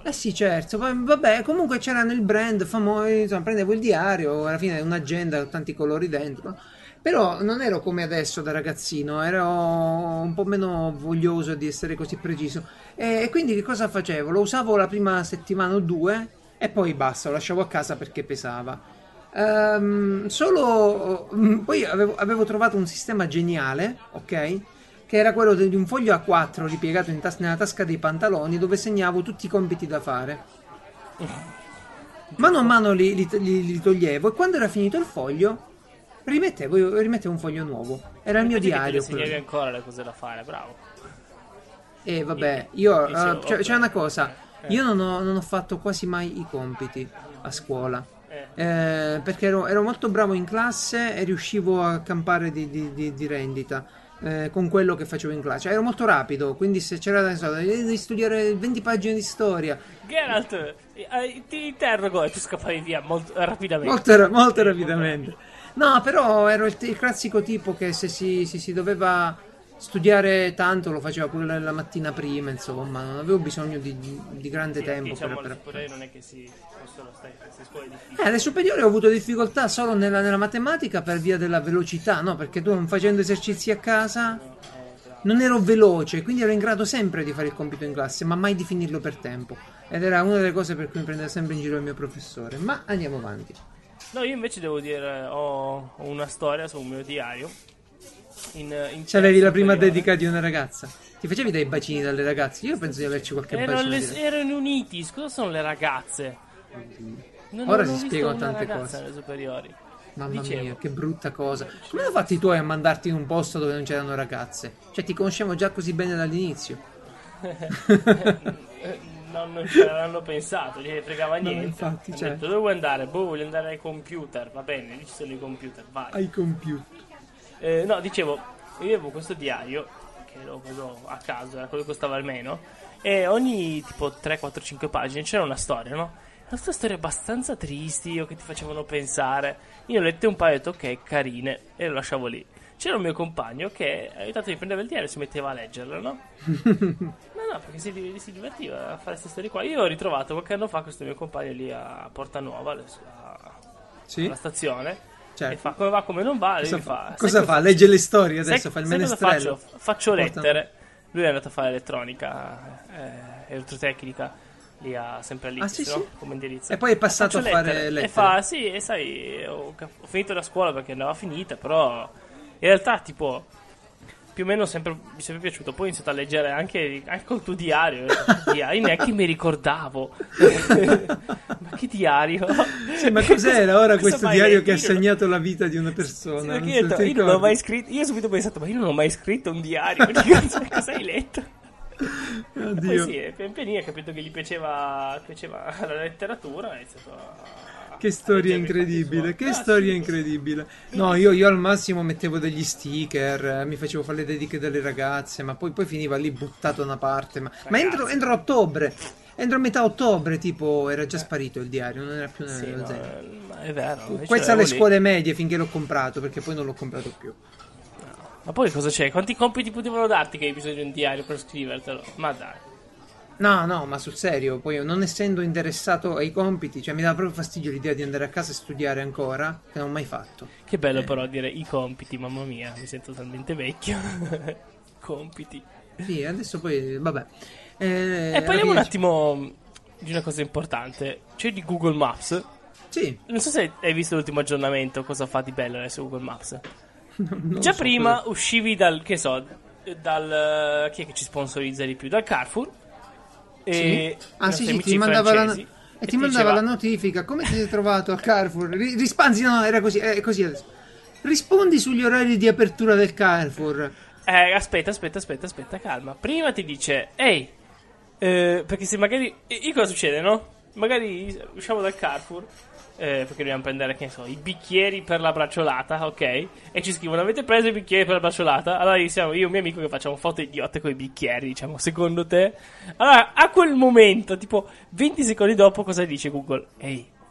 Eh sì, certo, poi, vabbè, comunque c'era nel brand famoso, insomma, prendevo il diario, alla fine è un'agenda con tanti colori dentro, però non ero come adesso da ragazzino, ero un po' meno voglioso di essere così preciso. E quindi che cosa facevo? Lo usavo la prima settimana o due e poi basta, lo lasciavo a casa perché pesava. Ehm, solo mm, poi avevo, avevo trovato un sistema geniale, ok? Che era quello di un foglio A quattro ripiegato in tas- nella tasca dei pantaloni dove segnavo tutti i compiti da fare. Mano a mano li, li- li- li toglievo e quando era finito il foglio rimettevo, rimettevo un foglio nuovo. Era il Mi mio piace che te le diario segnavi quello. ancora le cose da fare, bravo. E vabbè, io Dicevo, eh, c'è, c'è ok. una cosa, Eh, io non ho, non ho fatto quasi mai i compiti a scuola. eh. Eh, perché ero, ero molto bravo in classe e riuscivo a campare di, di- di- di rendita eh, con quello che facevo in classe. Cioè, ero molto rapido, quindi se c'era da so, devi studiare venti pagine di storia, Geralt, eh, ti interrogo e tu scappavi via molto rapidamente. molto, ra- molto Eh, rapidamente. No, però ero il, il classico tipo che se si, si- si doveva studiare tanto lo faceva pure la, la mattina prima, insomma, non avevo bisogno di, di- di grande Sì, tempo diciamo, per, le per... superiori non è che si possono stare queste scuole Eh, difficili. alle superiori ho avuto difficoltà solo nella, nella matematica per via della velocità, no? Perché tu non facendo esercizi a casa non ero veloce, quindi ero in grado sempre di fare il compito in classe, ma mai di finirlo per tempo. Ed era una delle cose per cui mi prendeva sempre in giro il mio professore. Ma andiamo avanti. No, io invece devo dire, ho, ho una storia su un mio diario. In, in Se avevi terza la prima superiore. dedica di una ragazza, ti facevi dei bacini dalle ragazze? Io penso di averci qualche Erano, bacino. le, di- erano uniti, cosa sono le ragazze? Non Ora non ho si visto spiegano una tante ragazza cose. alle superiori. Mamma Dicevo. mia, che brutta cosa. Come hanno fatto i tuoi a mandarti in un posto dove non c'erano ragazze? Cioè, ti conosciamo già così bene dall'inizio. Eh, non, non ci avranno pensato, gli fregava No, niente. infatti, Hanno cioè. detto, dove vuoi andare? Boh, voglio andare ai computer. Va bene, lì ci sono i computer, vai. Ai computer. Eh, no, dicevo, io avevo questo diario che lo avevo a casa, era quello che costava almeno. E ogni tipo tre, quattro, cinque pagine c'era una storia, no? Queste storie abbastanza tristi o che ti facevano pensare. Io ho letto un paio e ho detto ok, carine, e lo lasciavo lì. C'era un mio compagno che ogni tanto mi prendeva il diario e si metteva a leggerlo, no? No, no, perché si, di- si divertiva a fare queste storie qua. Io ho ritrovato qualche anno fa questo mio compagno lì a Porta Nuova, adesso, a- Sì? alla stazione. Certo. E fa come va, come non va. Cosa lui fa? fa, sai Cosa cosa fa? faccio? Legge le storie adesso, Sai- fa il sai cosa menestrello. faccio? Faccio Porta- lettere. Lui è andato a fare elettronica, eh, elettrotecnica, lì a, sempre a Ah, sì, Lizzi, sì. no? Come indirizzo. E poi è passato Faccio a fare lettere. E fa, sì, e sai, ho, ho finito la scuola perché andava finita, però in realtà, tipo, più o meno sempre, mi è sempre piaciuto. Poi ho iniziato a leggere anche, anche col tuo diario. Io neanche mi ricordavo. Ma che diario? Sì, ma cos'era ora Cosa questo mai diario letto? che ha Io non- segnato la vita di una Sì, persona? perché Non io, ho so, detto, ti io non l'ho ricordi? mai scritto. Io ho subito pensato, ma io non ho mai scritto un diario. Cosa, cosa hai letto? E poi Oddio. sì, e pian pianino ha capito che gli piaceva, piaceva la letteratura. E ha iniziato a, Che a storia leggermi i fatti incredibile, suoi. che Ah, storia sì. incredibile. No, io, io al massimo mettevo degli sticker, eh, mi facevo fare le dediche delle ragazze, ma poi, poi finiva lì buttato da una parte. Ma, ma entro, Ragazzi. entro ottobre, entro metà ottobre, tipo, era già sparito il diario, non era più Sì, nello no, zero. eh, ma è vero. io ce Questo alle l'avevo lì. scuole medie finché l'ho comprato, perché poi non l'ho comprato più. Ma poi cosa c'è? Quanti compiti potevano darti che hai bisogno di un diario per scrivertelo? Ma dai. No, no, ma sul serio, poi non essendo interessato ai compiti, cioè mi dava proprio fastidio l'idea di andare a casa e studiare ancora, che non ho mai fatto. Che bello però dire i compiti, mamma mia, mi sento talmente vecchio. Compiti. Sì, adesso poi, vabbè. Eh, E parliamo un alla fine- attimo di una cosa importante, cioè di Google Maps. Sì, Non so se hai visto l'ultimo aggiornamento, cosa fa di bello adesso Google Maps. non Già so prima cosa- uscivi dal, che so, dal... chi è che ci sponsorizza di più? Dal Carrefour. E Sì. i Ah nostri sì, sì, amici ti mandava la, francesi, e ti mandava diceva, la notifica. Come ti sei trovato al Carrefour? Ri- rispondi, no, era così, è così adesso. Rispondi sugli orari di apertura del Carrefour. Eh, aspetta, aspetta, aspetta, aspetta, calma. Prima ti dice, ehi, eh, perché se magari... E e cosa succede, no? Magari usciamo dal Carrefour, eh, perché dobbiamo prendere, che ne so, i bicchieri per la bracciolata, ok? E ci scrivono, avete preso i bicchieri per la bracciolata? Allora iniziamo io e un mio amico che facciamo foto idiote con i bicchieri, diciamo, secondo te? Allora, a quel momento, tipo, venti secondi dopo, cosa dice Google? Ehi,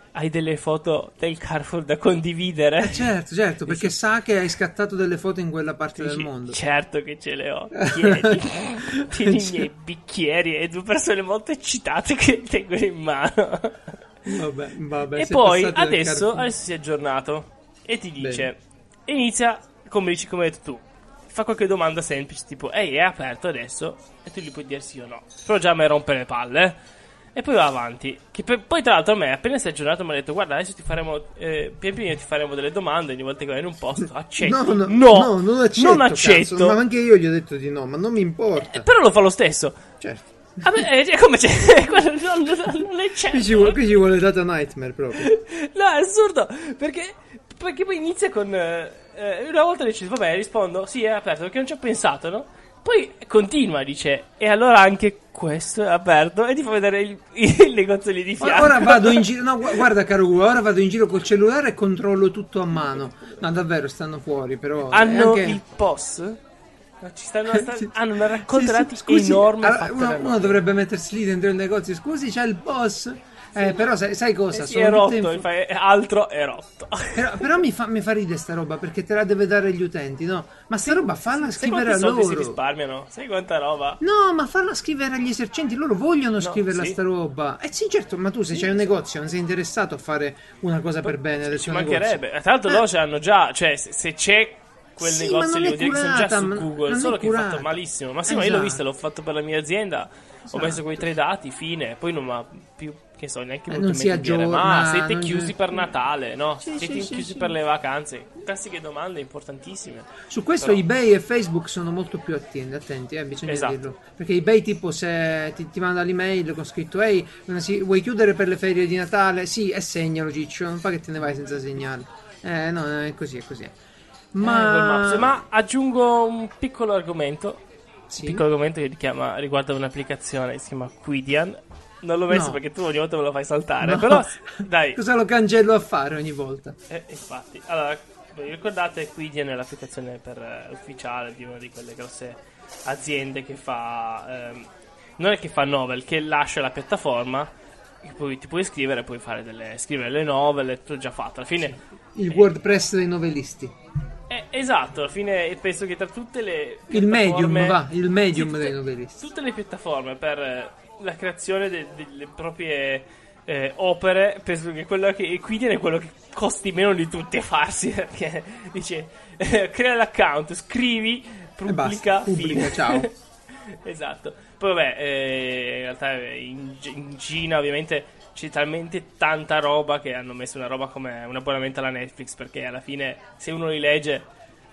hai delle foto del Carrefour da condividere? Eh certo, certo, perché Dici, sa che hai scattato delle foto in quella parte dici, del mondo. certo che ce le ho. Tieni, tieni i miei bicchieri e due persone molto eccitate che tengono in mano. Vabbè, vabbè, E sei poi passato dal adesso, Carrefour. adesso si è aggiornato e ti dice, Bene. inizia come dici, come hai detto tu, fa qualche domanda semplice tipo ehi, è aperto adesso? E tu gli puoi dire sì o no, però già mi rompe le palle, eh. E poi va avanti, che per- poi tra l'altro a me appena si è aggiornato mi ha detto guarda adesso ti faremo eh, pian piano ti faremo delle domande ogni volta che vai in un posto, accetti? No, no, no, no, non accetto, non accetto. cazzo, ma anche io gli ho detto di no, ma non mi importa. Eh, però lo fa lo stesso. Certo. Vabbè, eh, come c'è? Quello non, non, non è certo. Qui ci, vuole, qui ci vuole data nightmare proprio. No, è assurdo. Perché, perché poi inizia con. Eh, eh, una volta dice, vabbè, rispondo, sì, è aperto perché non ci ho pensato, no? Poi continua, dice, e allora anche questo è aperto. E ti fa vedere il, il negozio lì di fianco. Ora vado in giro, no, gu- guarda caro Ugo, ora vado in giro col cellulare e controllo tutto a mano. No, davvero, stanno fuori, però. è Hanno anche... il P O S? No, ci stanno, sta- Sì. hanno una raccolta Sì, sì, dati scusi, enorme. allora, fatta uno, da uno noi. dovrebbe mettersi lì dentro il negozio. Scusi, c'è il boss. Eh, però sai, sai cosa? Eh sì, Sono è tutte rotto, inf- fa- è altro è rotto. Però, però mi, fa, mi fa ridere sta roba perché te la deve dare gli utenti, no? Ma sta roba falla Sai scrivere quanti a soldi si loro. risparmiano? Sai quanta roba? No, ma farla scrivere agli esercenti, loro vogliono scriverla sì. sta roba. Eh sì, certo, ma tu se c'hai un negozio non sei interessato a fare una cosa per bene del Ci tuo mancherebbe. negozio. Tra l'altro Eh. loro ce l'hanno già, cioè se, se c'è quel Sì, negozio ma non lì è vuol dire che sono già curata, su ma Google, non è solo che è fatto curata. malissimo. Ma sì, ma io l'ho Esatto. visto, l'ho fatto per la mia azienda, ho Esatto. messo quei tre dati, fine, poi non mi ha più, che so, neanche Eh, voluto non si mettere dire, aggiorna, ma siete non- chiusi per Natale, no? Sì, siete sì, sì, chiusi sì. per le vacanze. Classiche domande importantissime. Su questo Però- eBay e Facebook sono molto più attenti, attenti eh, bisogna Esatto. dirlo. Perché eBay tipo se ti, ti manda l'email con scritto ehi, una si- vuoi chiudere per le ferie di Natale? Sì, e segnalo Ciccio, non fa che te ne vai senza segnare. Eh no, no, è così, è così. Eh, Google Maps. Ma... Ma aggiungo un piccolo argomento. Sì? Piccolo argomento che richiama, riguarda un'applicazione che si chiama Quidian. Non l'ho messo No. perché tu ogni volta me lo fai saltare. No. Però, dai. Cosa lo cancello a fare ogni volta? Eh, infatti, allora, vi ricordate Quidian è l'applicazione per, eh, ufficiale di una di quelle grosse aziende che fa. Ehm, non è che fa novel, che lascia la piattaforma. E poi ti puoi iscrivere, puoi fare delle. Scrivere le novel, è tutto già fatto. Alla fine. Il WordPress dei novelisti. Eh, esatto, alla fine penso che tra tutte le Il medium, piattaforme- va, il medium sì, tutte- dei novelisti. Tutte le piattaforme per eh, la creazione de- delle proprie eh, opere, penso che quello che Quidian è quello che costi meno di tutti a farsi, perché dice eh, crea l'account, scrivi, pubblica, basta, pubblica, fine. ciao. Esatto. Poi vabbè, eh, in realtà in, in Cina ovviamente c'è talmente tanta roba che hanno messo una roba come un abbonamento alla Netflix, perché alla fine se uno li legge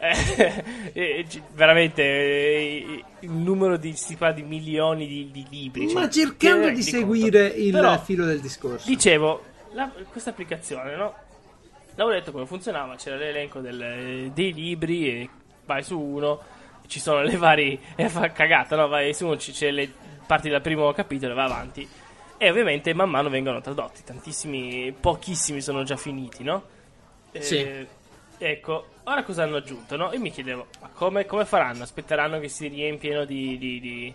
eh, eh, c- veramente eh, il numero di si parla di milioni di, di libri, Ma cioè, cercando ti di rendi seguire conto? il Però, filo del discorso. dicevo, la- questa applicazione, no? L'avevo detto come funzionava, c'era l'elenco del- dei libri e vai su uno, ci sono le varie, e fa cagata, no? Vai su uno, ci- c'è le parti dal primo capitolo e va avanti. E ovviamente man mano vengono tradotti, tantissimi, pochissimi sono già finiti, no? Eh, Sì. Ecco, ora cosa hanno aggiunto, no? Io mi chiedevo, ma come, come faranno? Aspetteranno che si riempiano di, di, di,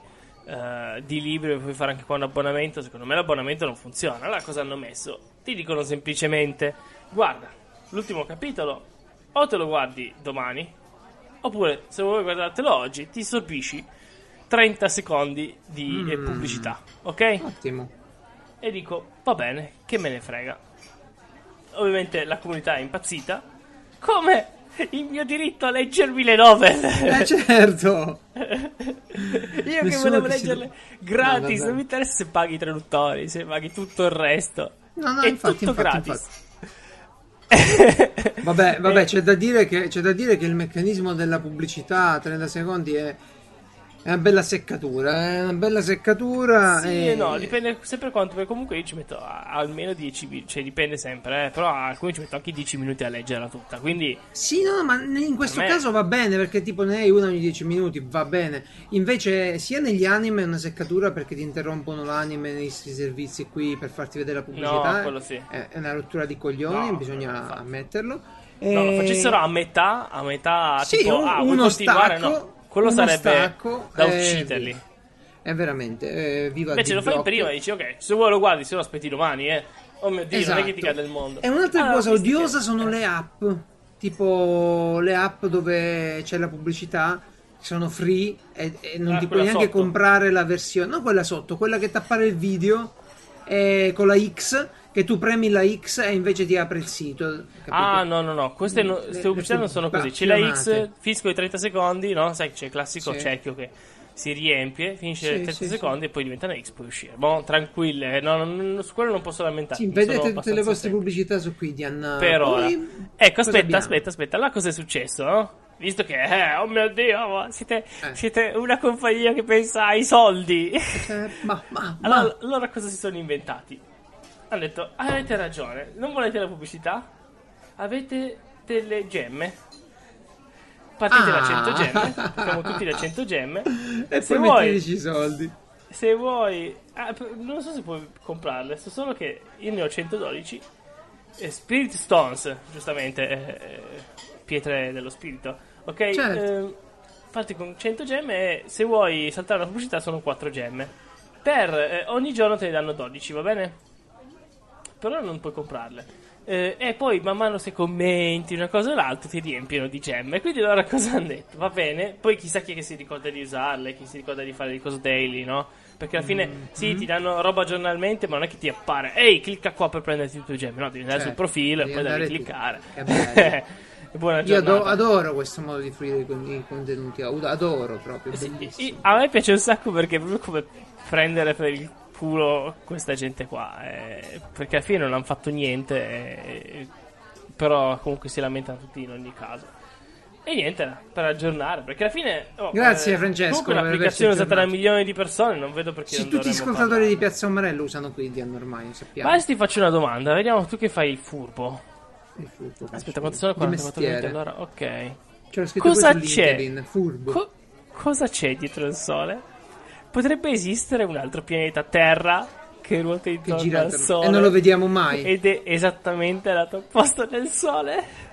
eh, di libri e puoi fare anche qua un abbonamento? Secondo me l'abbonamento non funziona. Allora cosa hanno messo? Ti dicono semplicemente, guarda, l'ultimo capitolo o te lo guardi domani, oppure se vuoi guardartelo oggi ti sorbisci trenta secondi di eh, Mm. pubblicità, ok? Ottimo. E dico, va bene, che me ne frega. Ovviamente la comunità è impazzita. Come il mio diritto a leggermi le novel. Eh certo. Io che Nessuno volevo che si- leggerle No, gratis, vabbè. non mi interessa se paghi i traduttori, se paghi tutto il resto. No, no, è infatti, tutto infatti, gratis. Vabbè, vabbè, Eh, c'è da dire che c'è da dire che il meccanismo della pubblicità a trenta secondi è, è una bella seccatura, è una bella seccatura Sì e... e no, dipende sempre quanto, perché comunque io ci metto a- almeno dieci minuti, cioè dipende sempre, eh, però alcuni ci metto anche dieci minuti a leggerla tutta, quindi Sì, no, ma in questo Per me- caso va bene perché tipo ne hai una ogni dieci minuti, va bene. Invece sia negli anime è una seccatura perché ti interrompono l'anime nei questi servizi qui per farti vedere la pubblicità. No, quello sì. È è una rottura di coglioni, No, bisogna infatti. ammetterlo. no, lo E- facessero a metà, a metà, Sì, tipo, un- ah, vuoi uno continuare? stacco, No, quello uno sarebbe stacco, da eh, ucciderli. È veramente, eh, viva Invece il lo fai blocco. prima e dici, ok, se vuoi lo guardi, se no aspetti domani, eh. Oh mio Dio, Esatto. non è che ti cade il mondo. E un'altra Ah, cosa ho visto odiosa che- sono eh. le app, tipo le app dove c'è la pubblicità, sono free e, e non Ah, ti puoi quella neanche sotto. comprare la versione, no quella sotto, quella che ti appare il video eh, con la X, che tu premi la X e invece ti apre il sito. Capito? Ah, no, no, no, queste, no, Le- queste le pubblicità non sono così. C'è la X, bacchionate. fisco di trenta secondi, no? Sai che c'è il classico Sì. cerchio che si riempie, finisce Sì, trenta sì, secondi e poi diventa una X, puoi uscire. Boh, tranquille, no, non- non- su quello non posso lamentarmi. Sì, sono vedete tutte le abbastanza vostre semplici. pubblicità su Quidian. Per Poi, ora. Ecco, cosa aspetta, abbiamo? aspetta, aspetta. Là cosa è successo, no? Visto che, eh, oh mio Dio, ma siete, Eh. siete una compagnia che pensa ai soldi. Eh, ma, ma, ma. Allora, allora cosa si sono inventati? Hanno detto, avete ragione, non volete la pubblicità? Avete delle gemme. Partite da Ah. cento gemme, abbiamo tutti da cento gemme. E Se poi vuoi- metteteci i soldi. Se vuoi, ah, p- non so se puoi comprarle, so solo che io ne ho centododici. Eh, Spirit Stones, giustamente, eh, eh, pietre dello spirito. Ok? Certo. Eh, parti con cento gemme e se vuoi saltare una pubblicità sono quattro gemme. Per eh, ogni giorno te ne danno dodici, va bene? Però non puoi comprarle. Eh, e poi man mano se commenti una cosa o l'altra ti riempiono di gemme. Quindi allora cosa hanno detto? Va bene, poi chissà chi è che si ricorda di usarle, chi si ricorda di fare le cose daily, no? Perché alla fine Mm-hmm. sì, ti danno roba giornalmente, ma non è che ti appare ehi, clicca qua per prenderti le tue gemme. No, devi andare Certo, sul profilo e devi poi devi andare tu. cliccare. Che bello. Buona Io ado- giornata. adoro questo modo di fruire con i contenuti audio, adoro proprio, Sì, bellissimo. i- a me piace un sacco perché è proprio come prendere per il culo questa gente qua. eh, perché alla fine non hanno fatto niente, eh, però comunque si lamentano tutti in ogni caso. E niente, per aggiornare, perché alla fine... oh, Grazie, eh, Francesco, Comunque per l'applicazione è averci usata da aggiornato. milioni di persone, non vedo perché Sì, non tutti gli dovremmo ascoltatori parlare. di Piazza Umarello usano Quidian ormai, lo sappiamo. Ma adesso ti faccio una domanda, vediamo tu che fai il furbo. Il furbo, Aspetta, quanto sono? di quarantaquattro minuti, mestiere. allora, ok. Ce l'ho scritto Cosa poi su c'è? LinkedIn, furbo. Co- cosa c'è dietro il Sole? Potrebbe esistere un altro pianeta Terra che ruota che intorno gira al Sole e non lo vediamo mai. ed è esattamente lato opposto del Sole?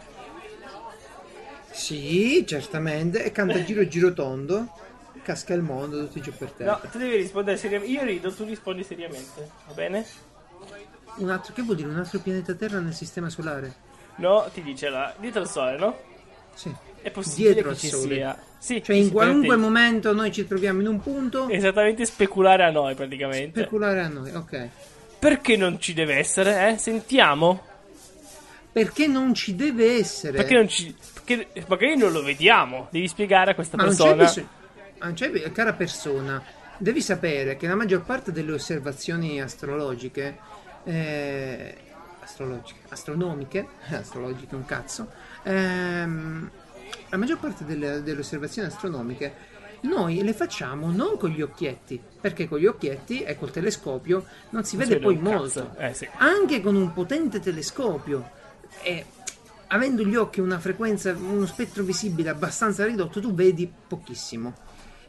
Sì, certamente. E canta giro giro tondo. Casca il mondo, tutti giù per terra. No, tu devi rispondere seriamente. Io rido, tu rispondi seriamente, va bene? Un altro, che vuol dire un altro pianeta Terra nel sistema solare? No, ti dice là, dietro al Sole, no? Sì. È possibile Dietro che al ci Sole. sia. Sì, Cioè in sì, qualunque praticamente- momento noi ci troviamo in un punto, Esattamente speculare a noi, praticamente. speculare a noi, ok. Perché non ci deve essere, eh? Sentiamo. Perché non ci deve essere. Perché non ci... Perché magari non lo vediamo. Devi spiegare a questa Ma non c'è persona. bisogno. Ma non c'è bi- cara persona, devi sapere che la maggior parte delle osservazioni astrologiche, eh, astrologiche, astronomiche, astrologiche un cazzo, ehm, la maggior parte delle, delle osservazioni astronomiche noi le facciamo non con gli occhietti, perché con gli occhietti e col telescopio non si Non vede si poi vede un molto. cazzo. Eh, sì. Anche con un potente telescopio e avendo gli occhi una frequenza, uno spettro visibile abbastanza ridotto, tu vedi pochissimo.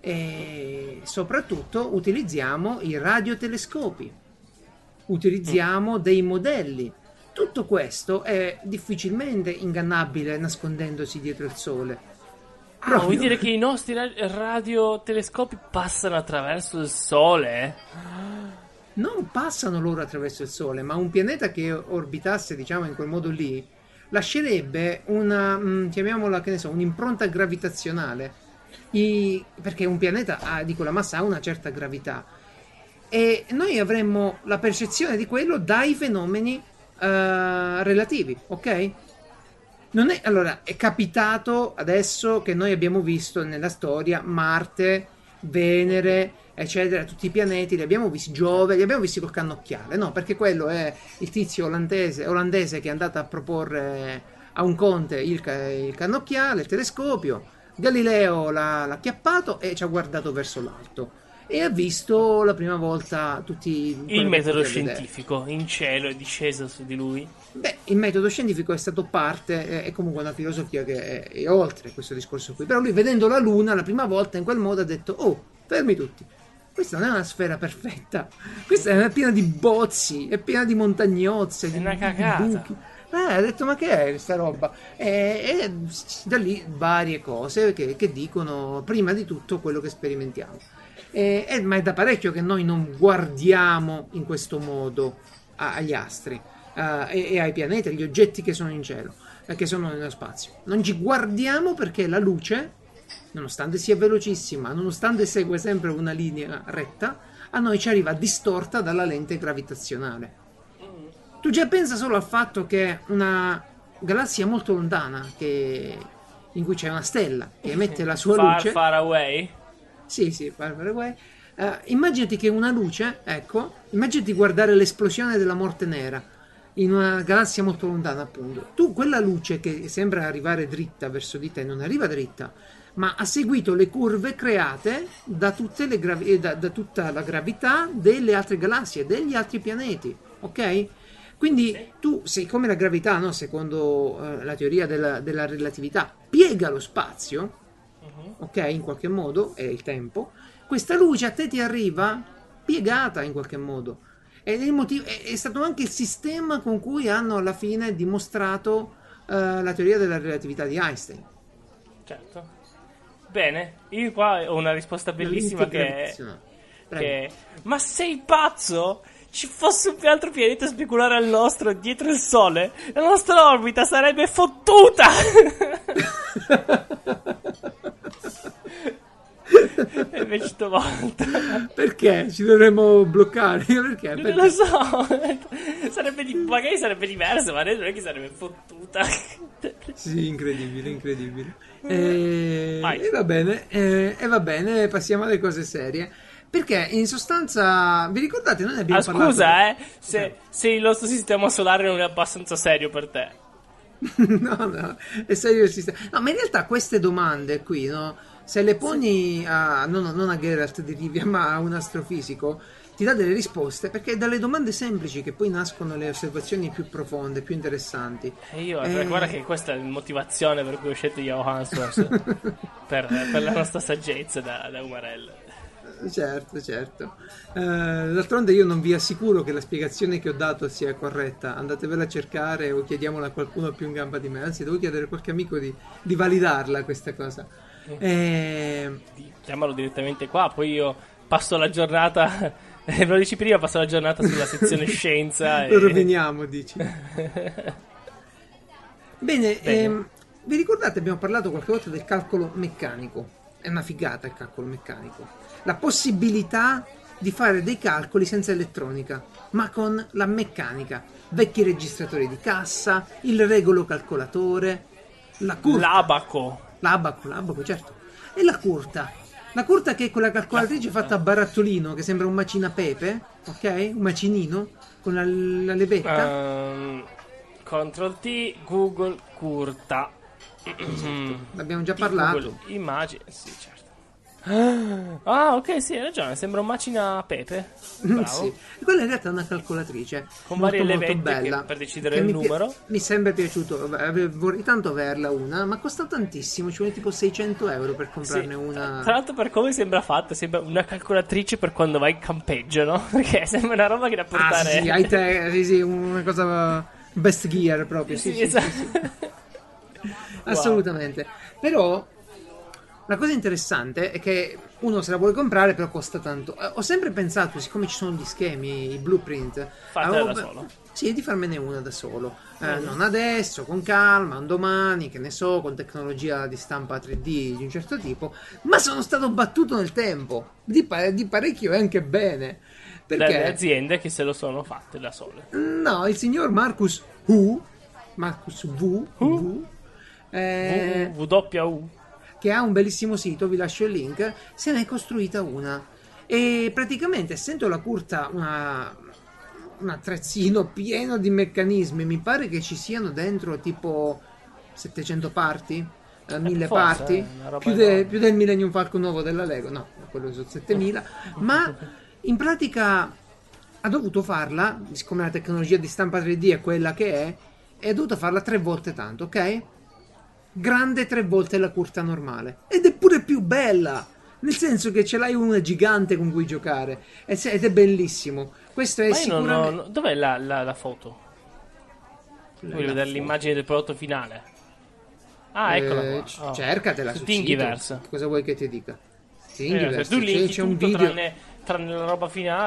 E soprattutto utilizziamo i radiotelescopi, utilizziamo dei modelli. Tutto questo è difficilmente ingannabile nascondendosi dietro il sole. Ah, Proprio. vuoi dire che i nostri ra- radiotelescopi passano attraverso il Sole? Non passano loro attraverso il Sole, ma un pianeta che orbitasse, diciamo, in quel modo lì, lascerebbe una, mh, chiamiamola, che ne so, un'impronta gravitazionale. I- perché un pianeta ha, dico, la massa ha una certa gravità. E noi avremmo la percezione di quello dai fenomeni eh, relativi, ok? Non è, allora, è capitato adesso che noi abbiamo visto nella storia Marte, Venere, eccetera, tutti i pianeti, li abbiamo visti, Giove, li abbiamo visti col cannocchiale, no? Perché quello è il tizio olandese, olandese che è andato a proporre a un conte il, ca- il cannocchiale, il telescopio. Galileo l'ha, l'ha acchiappato e ci ha guardato verso l'alto e ha visto la prima volta tutti quello Il che metodo poteva vedere. scientifico in cielo è disceso su di lui. Beh, il metodo scientifico è stato parte, è, è comunque una filosofia che è, è oltre questo discorso qui. Però lui, vedendo la Luna la prima volta, in quel modo ha detto: oh, fermi tutti. Questa non è una sfera perfetta. Questa è piena di bozzi, è piena di montagnozze, È di, una di cagata. buchi. Eh, ha detto: ma che è questa roba? E, e da lì varie cose che, che dicono, prima di tutto, quello che sperimentiamo. E, e- ma è da parecchio che noi non guardiamo in questo modo a- agli astri eh, e, e ai pianeti, agli oggetti che sono in cielo, eh, che sono nello spazio. Non ci guardiamo perché la luce, nonostante sia velocissima, nonostante segue sempre una linea retta, a noi ci arriva distorta dalla lente gravitazionale. Tu già pensa solo al fatto che una galassia molto lontana, che, in cui c'è una stella che emette la sua Far, luce. far away. Sì, sì, far, far away. Uh, immaginati che una luce, ecco, immaginati guardare l'esplosione della morte nera in una galassia molto lontana, appunto. Tu quella luce che sembra arrivare dritta verso di te non arriva dritta, ma ha seguito le curve create da, tutte le gravi- da, da tutta la gravità delle altre galassie, degli altri pianeti, ok? Quindi tu, siccome la gravità, no, secondo uh, la teoria della, della relatività, piega lo spazio, ok, in qualche modo, è il tempo, questa luce a te ti arriva piegata in qualche modo. Ed è, il motivo, è, è stato anche il sistema con cui hanno alla fine dimostrato uh, la teoria della relatività di Einstein. Certo. Bene, io qua ho una risposta bellissima che, che... Ma sei pazzo? Ci fosse un altro pianeta speculare al nostro dietro il Sole, la nostra orbita sarebbe fottuta! E invece stavolta... Perché? Ci dovremmo bloccare? Perché? Non lo so. Sarebbe di... Magari sarebbe diverso, ma non è che sarebbe fottuta. Sì, incredibile, incredibile. E, e va bene, e, e va bene, passiamo alle cose serie. Perché in sostanza, vi ricordate, noi ne abbiamo ah, parlato... Scusa, eh, se, se il nostro sistema solare non è abbastanza serio per te. No, no, è serio il sistema. No, ma in realtà queste domande qui, no, se le poni a, non, non a Geralt di Rivia, ma a un astrofisico, ti dà delle risposte, perché è dalle domande semplici che poi nascono le osservazioni più profonde, più interessanti. E io, Eh, guarda che questa è la motivazione per cui ho scelto Johannes per, per la nostra saggezza da, da umarella. Certo, certo. Eh, d'altronde io non vi assicuro che la spiegazione che ho dato sia corretta. Andatevela a cercare o chiediamola a qualcuno più in gamba di me. Anzi, devo chiedere a qualche amico di, di validarla questa cosa. Eh... Chiamalo direttamente qua, poi io passo la giornata... Eh, lo dici prima, passo la giornata sulla sezione scienza. Lo e... roviniamo, dici. Bene, Bene. Ehm, vi ricordate, abbiamo parlato qualche volta del calcolo meccanico. È una figata il calcolo meccanico. La possibilità di fare dei calcoli senza elettronica, ma con la meccanica. Vecchi registratori di cassa, il regolo calcolatore, la curta. L'abaco. L'abaco, l'abaco, certo. E la curta. La curta che è quella calcolatrice fatta a barattolino, che sembra un macinapepe, ok? Un macinino, con la, la levetta. Um, Control T, Google curta. Esatto. L'abbiamo già Di parlato. Google immagine, sì, certo. Ah, ok, sì, hai ragione, sembra un macina pepe. Bravo. Sì. Quella in realtà è una calcolatrice Con molto, varie molto levette bella, che- per decidere che il mi numero. pi- mi sembra piaciuto, ave- vorrei tanto averla una, ma costa tantissimo, ci vuole tipo seicento euro per Sì. comprarne una. Tra l'altro, per come sembra fatta, sembra una calcolatrice per quando vai in campeggio, no? Perché sembra una roba che da Ah portare. sì, sì, hai te, sì, sì, una cosa best gear proprio, sì, Sì, sì, esatto. sì, sì. Assolutamente. Però la cosa interessante è che uno se la vuole comprare, però costa tanto. Eh, Ho sempre pensato, siccome ci sono gli schemi, i blueprint, Fatela avevo- da solo. Sì, di farmene una da solo. Eh, Non adesso, con calma, un domani, che ne so, con tecnologia di stampa tre D di un certo tipo. Ma sono stato battuto nel tempo, di, pa- di parecchio e anche bene. Dalle Perché? aziende che se lo sono fatte da sole. No, il signor Marcus Hu, Marcus V, V, eh, W W. che ha un bellissimo sito, vi lascio il link, se ne è costruita una. E praticamente, essendo la curta una, un attrezzino pieno di meccanismi, mi pare che ci siano dentro tipo settecento parti, eh, mille forse, parti, eh, una roba più, de- enorme. più del Millennium Falcon nuovo della Lego, no, quello sono settemila, ma in pratica ha dovuto farla, siccome la tecnologia di stampa tre D è quella che è, e ha dovuto farla tre volte tanto, ok? Grande tre volte la curta normale. Ed è pure più bella! Nel senso che ce l'hai una gigante con cui giocare. Ed se- ed è bellissimo. Questo è Ma io non ho- sicuramente... no- Dov'è la, la, la foto? Voglio vedere l'immagine del prodotto finale. Ah, eccola Eh, qua. c- Oh. cercatela Su su Thingiverse. sito. Cosa vuoi che ti dica? Eh, Thingiverse, se tu c'è, linki c'è un tutto video... tranne, tranne la roba finale.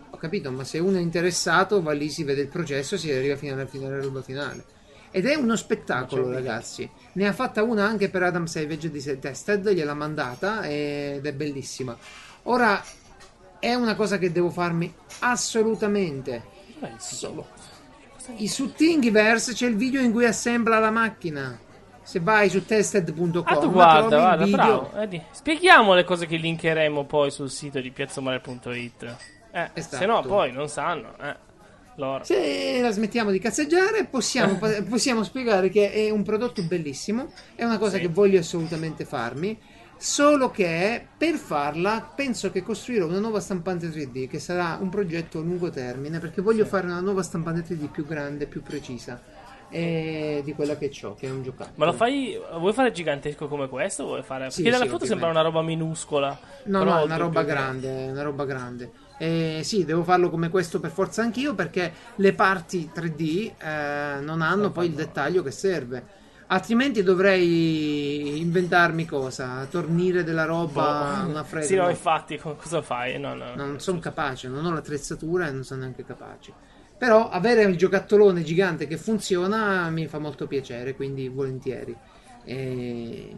Ho capito, ma se uno è interessato va lì, si vede il processo, si arriva fino alla, fino alla roba finale. Ed è uno spettacolo, ragazzi. Ne ha fatta una anche per Adam Savage di Tested, gliel'ha mandata ed è bellissima. Ora è una cosa che devo farmi assolutamente. Solo su Thingiverse c'è il video in cui assembla la macchina. Se vai su tested punto com ah, tu guarda, trovi guarda, il video. bravo. Vedi. Spieghiamo le cose che linkeremo poi sul sito di piazzamare punto it. Eh, Esatto. se no poi non sanno, eh. Loro. Se la smettiamo di cazzeggiare, possiamo, possiamo spiegare che è un prodotto bellissimo, è una cosa Sì. che voglio assolutamente farmi, solo che per farla penso che costruirò una nuova stampante tre D, che sarà un progetto a lungo termine, perché voglio Sì. fare una nuova stampante tre D più grande, più precisa eh, di quella che ho, che è un giocattolo. Ma lo fai, vuoi fare gigantesco come questo? Vuoi fare... Sì, Perché dalla sì, foto ovviamente. sembra una roba minuscola. No, però no, è molto una roba più grande, è una roba grande. Eh, sì, devo farlo come questo per forza anch'io, perché le parti tre D eh, non hanno poi il dettaglio che serve. Altrimenti dovrei inventarmi cosa? Tornire della roba, Boh. una fredda. Sì, no, no. infatti, co- cosa fai? No, no. Non sono capace, non ho l'attrezzatura e non sono neanche capace. Però avere il giocattolone gigante che funziona mi fa molto piacere, quindi volentieri. Eh,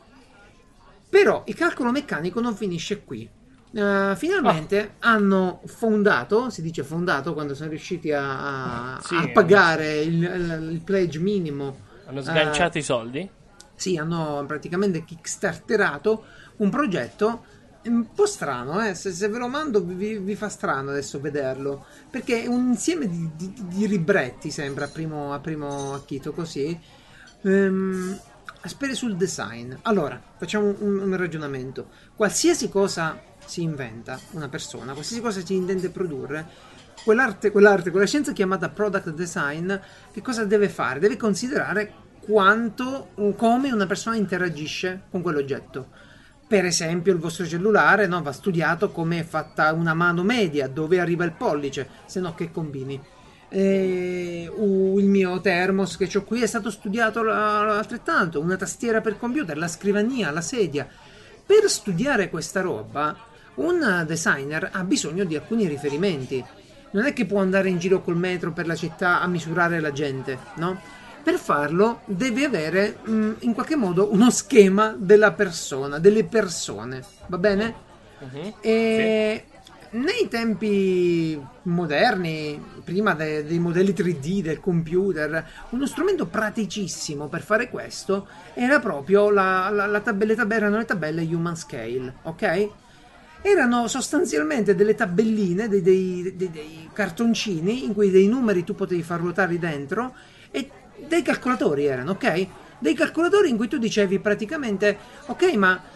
Però il calcolo meccanico non finisce qui. Uh, finalmente hanno fondato, si dice fondato quando sono riusciti a, a- Sì, a pagare il, il- il pledge minimo. Hanno sganciato Eh, i soldi? sì, hanno praticamente kickstarterato un progetto un po' strano, eh? se, se ve lo mando vi, vi fa strano adesso vederlo, perché è un insieme di, di- di libretti, sembra a primo, a primo acchito così. Ehm, Asperi sul design. Allora, facciamo un, un ragionamento. Qualsiasi cosa si inventa una persona, qualsiasi cosa si intende produrre, quell'arte, quell'arte, quella scienza chiamata product design, che cosa deve fare? Deve considerare quanto, come una persona interagisce con quell'oggetto. Per esempio, il vostro cellulare, no, va studiato come è fatta una mano media, dove arriva il pollice, se no che combini. Eh, uh, il mio thermos che ho qui è stato studiato la- altrettanto, una tastiera per computer, la scrivania, la sedia. Per studiare questa roba, un designer ha bisogno di alcuni riferimenti. Non è che può andare in giro col metro per la città a misurare la gente, no? Per farlo deve avere mh, in qualche modo uno schema della persona, delle persone, va bene? Mhm. E nei tempi moderni, prima de- dei modelli tre D del computer, uno strumento praticissimo per fare questo era proprio la, la, la tab- le tab- erano le tabelle Human Scale, ok? Erano sostanzialmente delle tabelline, dei, dei- dei- dei cartoncini in cui dei numeri tu potevi far ruotare dentro e dei calcolatori erano, ok? Dei calcolatori in cui tu dicevi praticamente, ok, ma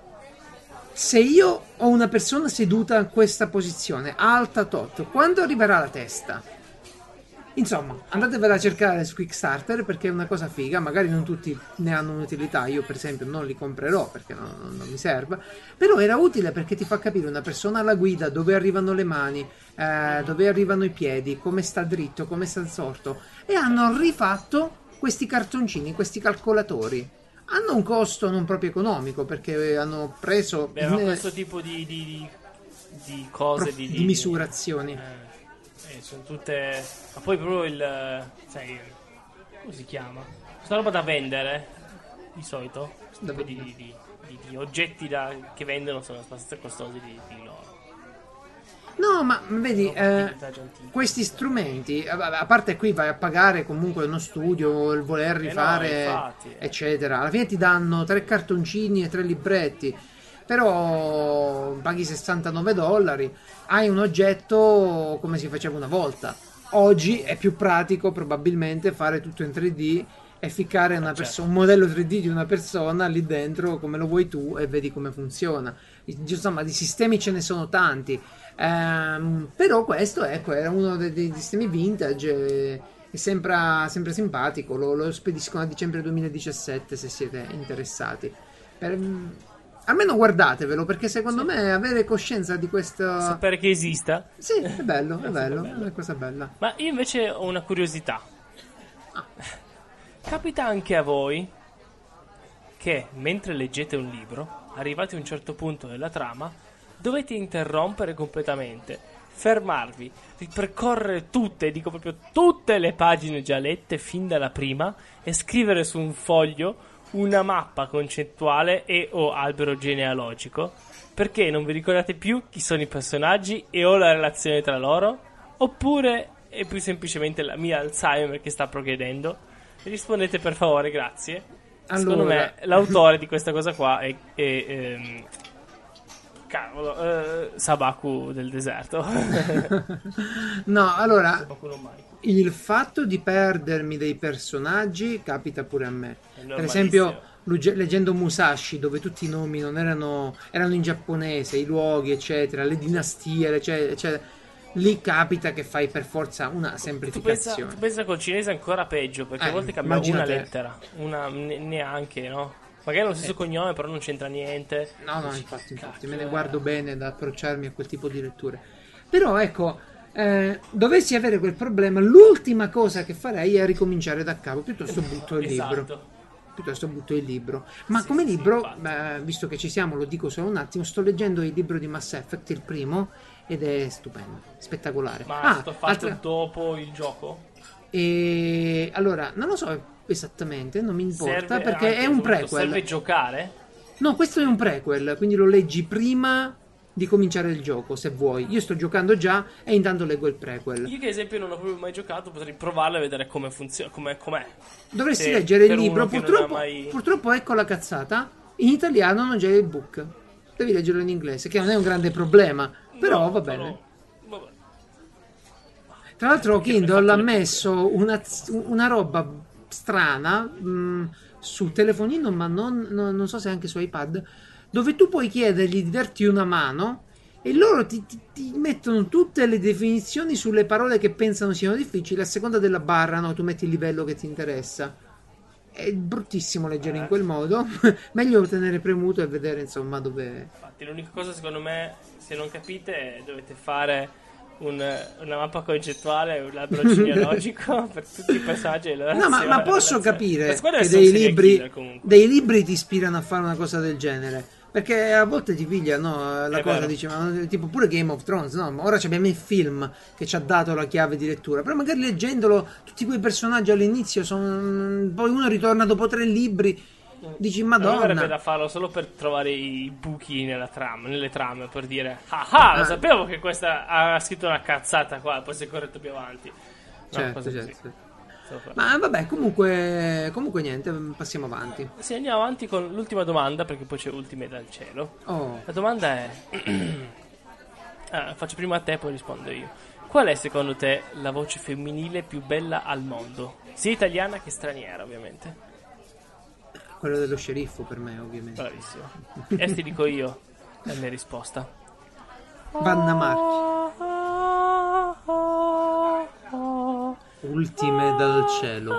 se io ho una persona seduta in questa posizione, alta tot, quando arriverà la testa? Insomma, andatevela a cercare su Kickstarter perché è una cosa figa, magari non tutti ne hanno un'utilità, io per esempio non li comprerò perché non, non- non mi serve, però era utile perché ti fa capire una persona alla guida, dove arrivano le mani, eh, dove arrivano i piedi, come sta dritto, come sta sorto, e hanno rifatto questi cartoncini, questi calcolatori. Hanno un costo non proprio economico perché hanno preso Beh, ma eh, questo tipo di, di, di, di cose, prof- di, di misurazioni. Eh, eh, sono tutte... Ma poi proprio il... Sai, come si chiama? Questa roba da vendere, di solito. Questo Da tipo di, vendere. di, di, di oggetti da, che vendono sono abbastanza costosi di, di loro. No, ma vedi, Roba eh, di vintage antico. questi strumenti, a a parte qui vai a pagare comunque uno studio, il voler Eh no, rifare, infatti, eh. eccetera. Alla fine ti danno tre cartoncini e tre libretti, però paghi sessantanove dollari, hai un oggetto come si faceva una volta. Oggi è più pratico probabilmente fare tutto in tre D e ficcare una certo. perso- un modello tre D di una persona lì dentro come lo vuoi tu e vedi come funziona. Insomma, di sistemi ce ne sono tanti. Ehm, però questo ecco era uno dei, dei sistemi vintage e, e sembra, sembra simpatico, lo, lo spediscono a dicembre duemiladiciassette se siete interessati. Per- almeno guardatevelo perché secondo Sì. me avere coscienza di questo Sapere che esista. sì è bello, è È bello, bello. è una cosa bella. Ma io invece ho una curiosità. Ah. Capita anche a voi che mentre leggete un libro, arrivati a un certo punto della trama, dovete interrompere completamente, fermarvi, ripercorrere tutte, dico proprio tutte le pagine già lette fin dalla prima e scrivere su un foglio una mappa concettuale e o albero genealogico, perché non vi ricordate più chi sono i personaggi e o la relazione tra loro, oppure è più semplicemente la mia Alzheimer che sta progredendo? Rispondete per favore, grazie. Allora... Secondo me l'autore di questa cosa qua è, è ehm, cavolo, eh, Sabaku del deserto. No, allora, Sabaku no Mai. il fatto di perdermi dei personaggi capita pure a me. È Per normalissimo. esempio, legge- leggendo Musashi, dove tutti i nomi non erano, erano in giapponese, i luoghi, eccetera, le dinastie, eccetera, eccetera. Lì capita che fai per forza una Tu pensa, semplificazione. tu pensa col cinese è ancora peggio, perché Eh, a volte cambia una immaginate. lettera, una ne- neanche, no? Magari ha lo stesso cognome, però non c'entra niente. No, no, infatti, infatti, Cacchio, me ne eh. guardo bene da approcciarmi a quel tipo di letture. Però ecco, eh, dovessi avere quel problema, l'ultima cosa che farei è ricominciare da capo, piuttosto butto il libro. Esatto. Piuttosto butto il libro. Ma Sì, come sì, libro, infatti. beh, visto che ci siamo, lo dico solo un attimo, sto leggendo il libro di Mass Effect, il primo, ed è stupendo, spettacolare. Ma Ah, è stato fatto altra- dopo il gioco? e allora, non lo so esattamente, non mi importa, Serve perché anche, è un soprattutto, prequel. Serve giocare? No, questo è un prequel, quindi lo leggi prima di cominciare il gioco, se vuoi. Io sto giocando già e intanto leggo il prequel. Io che esempio non ho proprio mai giocato, potrei provarlo e vedere come funziona, com'è, com'è. Dovresti Se- leggere il per uno libro, che non purtroppo, ha mai- purtroppo ecco la cazzata, in italiano non c'è il book. Devi leggerlo in inglese, che non è un grande problema, però No, va bene. però- vabbè. Tra l'altro Perché non hai Kindle fatto ha le messo una, una roba strana mh, sul telefonino, ma non, non- non so se anche su iPad, dove tu puoi chiedergli di darti una mano e loro ti, ti- ti mettono tutte le definizioni sulle parole che pensano siano difficili a seconda della barra, no? Tu metti il livello che ti interessa. È bruttissimo leggere Eh. in quel modo. Meglio tenere premuto e vedere insomma dove... Infatti, l'unica cosa secondo me, se non capite, è dovete fare un- una mappa concettuale, un albero genealogico per tutti i personaggi della No, ma, relazione- ma posso relazione. capire Ma secondo me che sono dei serial libri, killer, comunque. dei libri ti ispirano a fare una cosa del genere. Perché a volte ti piglia, no, la È cosa, vero. dice, ma tipo pure Game of Thrones, no? Ma ora abbiamo il film che ci ha dato la chiave di lettura. Però magari leggendolo, tutti quei personaggi all'inizio sono. Poi uno ritorna dopo tre libri, dici, A me verrebbe da Madonna. farlo solo per trovare i buchi nella trama, nelle trame, per dire ah ah, lo Ah. sapevo che questa ha scritto una cazzata qua, poi si è corretto più avanti. No, Certo, cose così. certo. Sopra. Ma vabbè, comunque, comunque niente, passiamo avanti. Sì, andiamo avanti con l'ultima domanda, perché poi c'è ultime dal cielo. Oh, La domanda è ah, faccio prima a te, poi rispondo io. Qual è secondo te la voce femminile più bella al mondo? Sia italiana che straniera, ovviamente. quello dello sceriffo per me, ovviamente. Bravissimo. E ti dico io la mia risposta. Vanna Marchi, ultime dal cielo.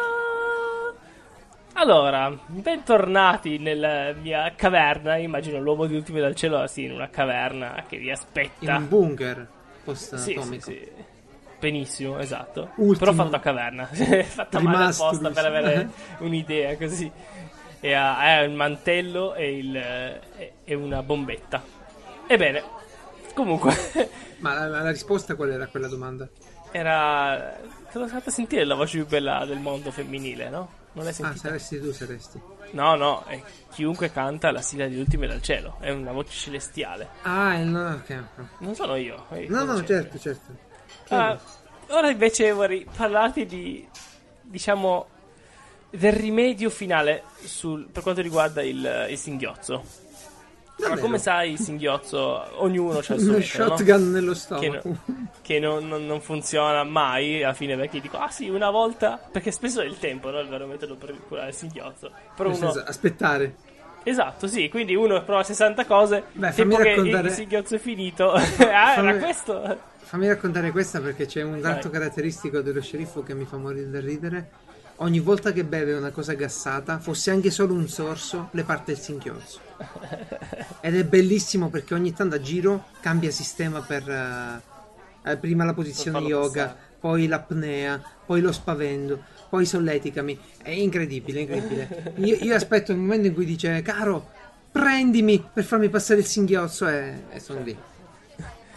Allora, bentornati nella mia caverna. Immagino l'uomo di Ultime dal cielo sì, in una caverna che vi In aspetta. un bunker Sì, post-atomico. sì, sì. Benissimo, esatto. Ultimo. Però fatto a caverna. Fatta male Rimasto, apposta lui, per sì. avere un'idea così. E ha, ha il mantello e, il, e, e una bombetta. Ebbene, comunque, Ma la, la risposta qual era a quella domanda? era... Te l'ho fatta sentire la voce più bella del mondo femminile, no? Non l'hai Ah, sentita? saresti tu, saresti. No, no, è chiunque canta la sigla di Ultime dal cielo. È una voce celestiale. Ah, il... ok. Non sono io. eh, No, cosa no, c'entra? certo, certo. Ah, ora invece vorrei parlarti di, diciamo, del rimedio finale sul, per quanto riguarda il, il singhiozzo. Ma Davvero? come sai, il singhiozzo, ognuno c'ha il suo Uno metodo, no? shotgun nello Che, stomaco. no- che non, non- non funziona mai. Alla fine perché dico, ah sì, una volta, perché spesso è il tempo, no? Il vero metodo per curare il singhiozzo. Però Nel uno, senso, aspettare. esatto, sì, quindi uno prova sessanta cose, Beh, tempo fammi che il, raccontare- il singhiozzo è finito. ah, era Fammi- questo? Fammi raccontare questa perché c'è un tratto Vai. caratteristico dello sceriffo che mi fa morire da ridere. Ogni volta che beve una cosa gassata, fosse anche solo un sorso, le parte il singhiozzo. Ed è bellissimo perché ogni tanto a giro cambia sistema per eh, eh, prima la posizione farlo yoga, passare. poi l'apnea, poi lo spavento, poi solleticami. È incredibile, incredibile. Io, io aspetto il momento in cui dice, caro, prendimi per farmi passare il singhiozzo e, e sono lì.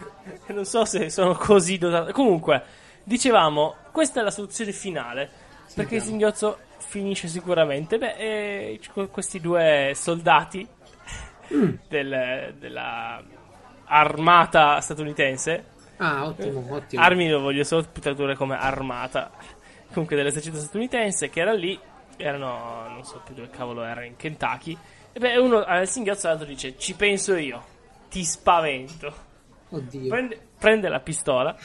Non so se sono così dotato. Comunque, dicevamo, questa è la soluzione finale. Sì, perché il chiaro. singhiozzo finisce sicuramente. Beh, e questi due soldati Mm. del- della armata statunitense. Ah, ottimo, ottimo. Armi lo voglio solo tradurre come armata. Comunque dell'esercito statunitense che era lì. Erano, non so più dove cavolo era, in Kentucky. E beh, uno al singhiozzo, l'altro dice: ci penso io, ti spavento. Oddio. Prende, prende la pistola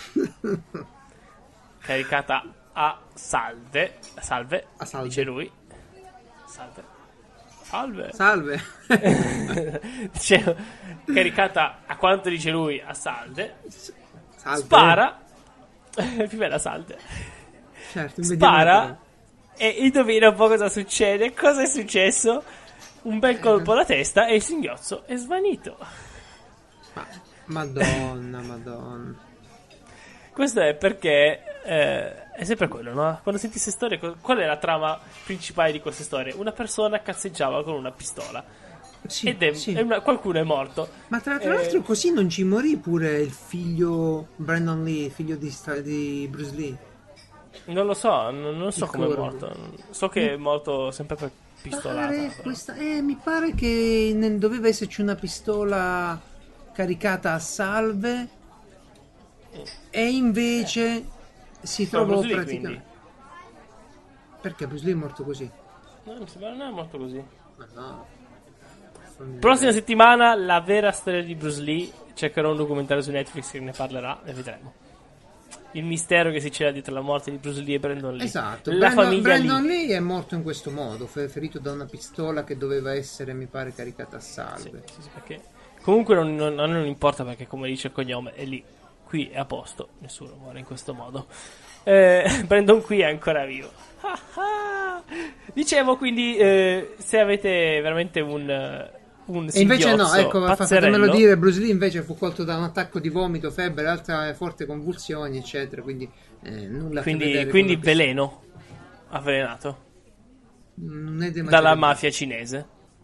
caricata a salve. Salve, A salve. dice lui. Salve. Salve. Salve. Dice, caricata a quanto dice lui a salve. Salve. Spara. Più bella salve. Certo, Spara. E indovina un po' cosa succede. Cosa è successo? Un bel colpo alla testa e il singhiozzo è svanito. Ma, madonna, madonna. Questo è perché eh, è sempre quello, no? Quando senti queste storie, co- qual è la trama principale di queste storie? Una persona cazzeggiava con una pistola Sì, ed è, sì. è una- qualcuno è morto. Ma tra, tra Eh, l'altro così non ci morì pure il figlio Brandon Lee, figlio di, Sta- di Bruce Lee. Non lo so, non, non so Il come è corvo. morto. So che è morto sempre per pistolata. Pare però. questa- eh, mi pare che ne- doveva esserci una pistola caricata a salve e invece si No, trovò Bruce Lee, praticamente... Perché Bruce Lee è morto così? quindi. No, mi sembra non è morto così. Ma no. Fammi Prossima vedere. settimana la vera storia di Bruce Lee. Cercherò un documentario su Netflix che ne parlerà e vedremo. Il mistero che si c'era dietro la morte di Bruce Lee e Brandon Lee. Esatto, La Brandon, famiglia Brandon Lee. Lee è morto in questo modo, fe- ferito da una pistola che doveva essere, mi pare, caricata a Sì, salve. sì, sì, perché comunque non, non- a noi non importa perché come dice il cognome è lì. Qui è a posto, nessuno muore in questo modo. Eh, Brandon qui è ancora vivo. Dicevo quindi eh, se avete veramente un, eh, un E invece no, singhiozzo ecco, fa- pazzerello, fatemelo dire, Bruce Lee invece fu colto da un attacco di vomito, febbre, altre forti convulsioni, eccetera, quindi eh, nulla a che quindi, vedere quindi con la pistola. veleno avvelenato Non è demasiado dalla grave. mafia cinese.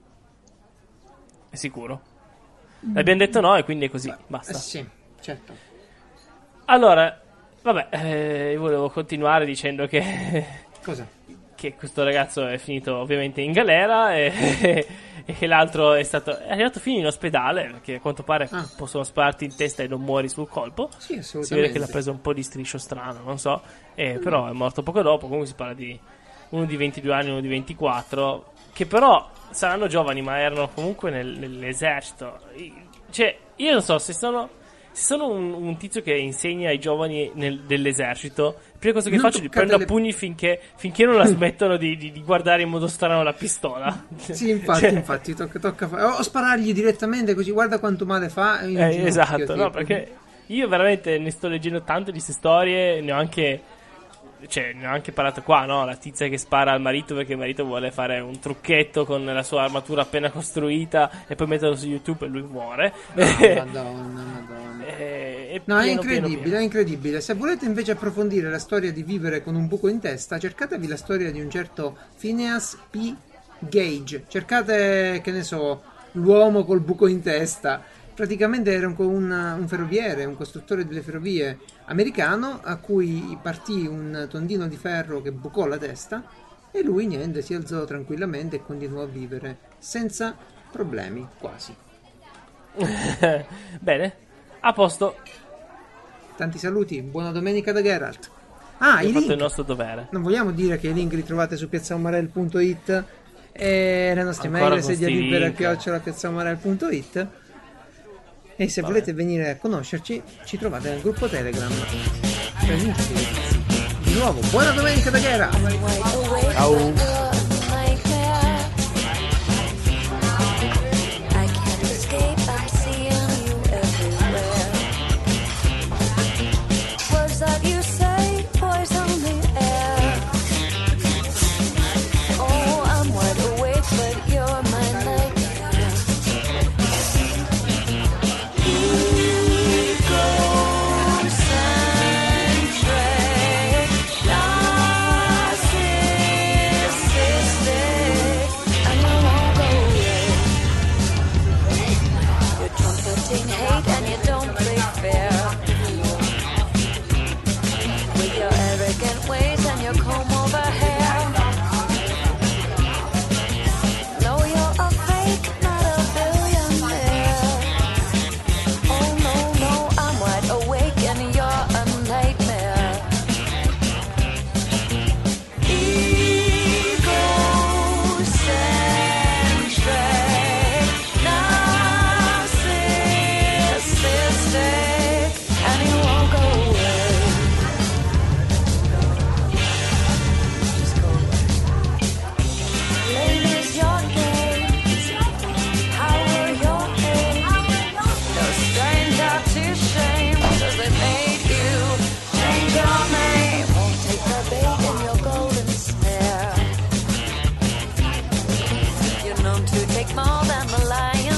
È sicuro? L'abbiamo detto no e quindi è così, Eh, basta. sì, certo. Allora, vabbè, eh, io volevo continuare dicendo che, Cosa? che questo ragazzo è finito ovviamente in galera e, e che l'altro è stato è arrivato fino in ospedale perché a quanto pare Ah. possono spararti in testa e non muori sul colpo. Sì, Si vede assolutamente. che l'ha preso un po' di striscio strano, non so, eh, però è morto poco dopo. Comunque si parla di uno di ventidue anni e uno di ventiquattro, che però saranno giovani ma erano comunque nel- nell'esercito. I- Cioè, io non so se sono... Se sono un, un tizio che insegna ai giovani nel- dell'esercito, la prima cosa che Non faccio è di toccate prendere a le- pugni finché, finché non la smettono di, di- di guardare in modo strano la pistola. Sì, infatti, Cioè, infatti, tocca, tocca fare. O sparargli direttamente così, guarda quanto male fa. in eh, ginocchio, esatto, tipo. no, perché io veramente ne sto leggendo tante di queste storie, ne ho anche... Cioè, ne ho anche parlato qua, no? La tizia che spara al marito perché il marito vuole fare un trucchetto con la sua armatura appena costruita e poi metterlo su YouTube e lui muore. Ah, madonna, madonna. Eh, è No, è pieno, incredibile, pieno, pieno. è incredibile. Se volete invece approfondire la storia di vivere con un buco in testa, cercatevi la storia di un certo Phineas P. Gage. Cercate, che ne so, l'uomo col buco in testa. Praticamente era un, un, un ferroviere, un costruttore delle ferrovie americano a cui partì un tondino di ferro che bucò la testa e lui niente, si alzò tranquillamente e continuò a vivere senza problemi, quasi. Bene, a posto. Tanti saluti, buona domenica da Geralt. Ah, i Abbiamo fatto il link. nostro dovere. Non vogliamo dire che i link li trovate su piazzaomarel punto it e le nostre Ancora mail con sedia sti libera link. chiocciola piazzaomarel punto it e se Vabbè. volete venire a conoscerci ci trovate nel gruppo Telegram per gli iscritti. Di nuovo, buona domenica da Geralt. Ciao. take more than the lion.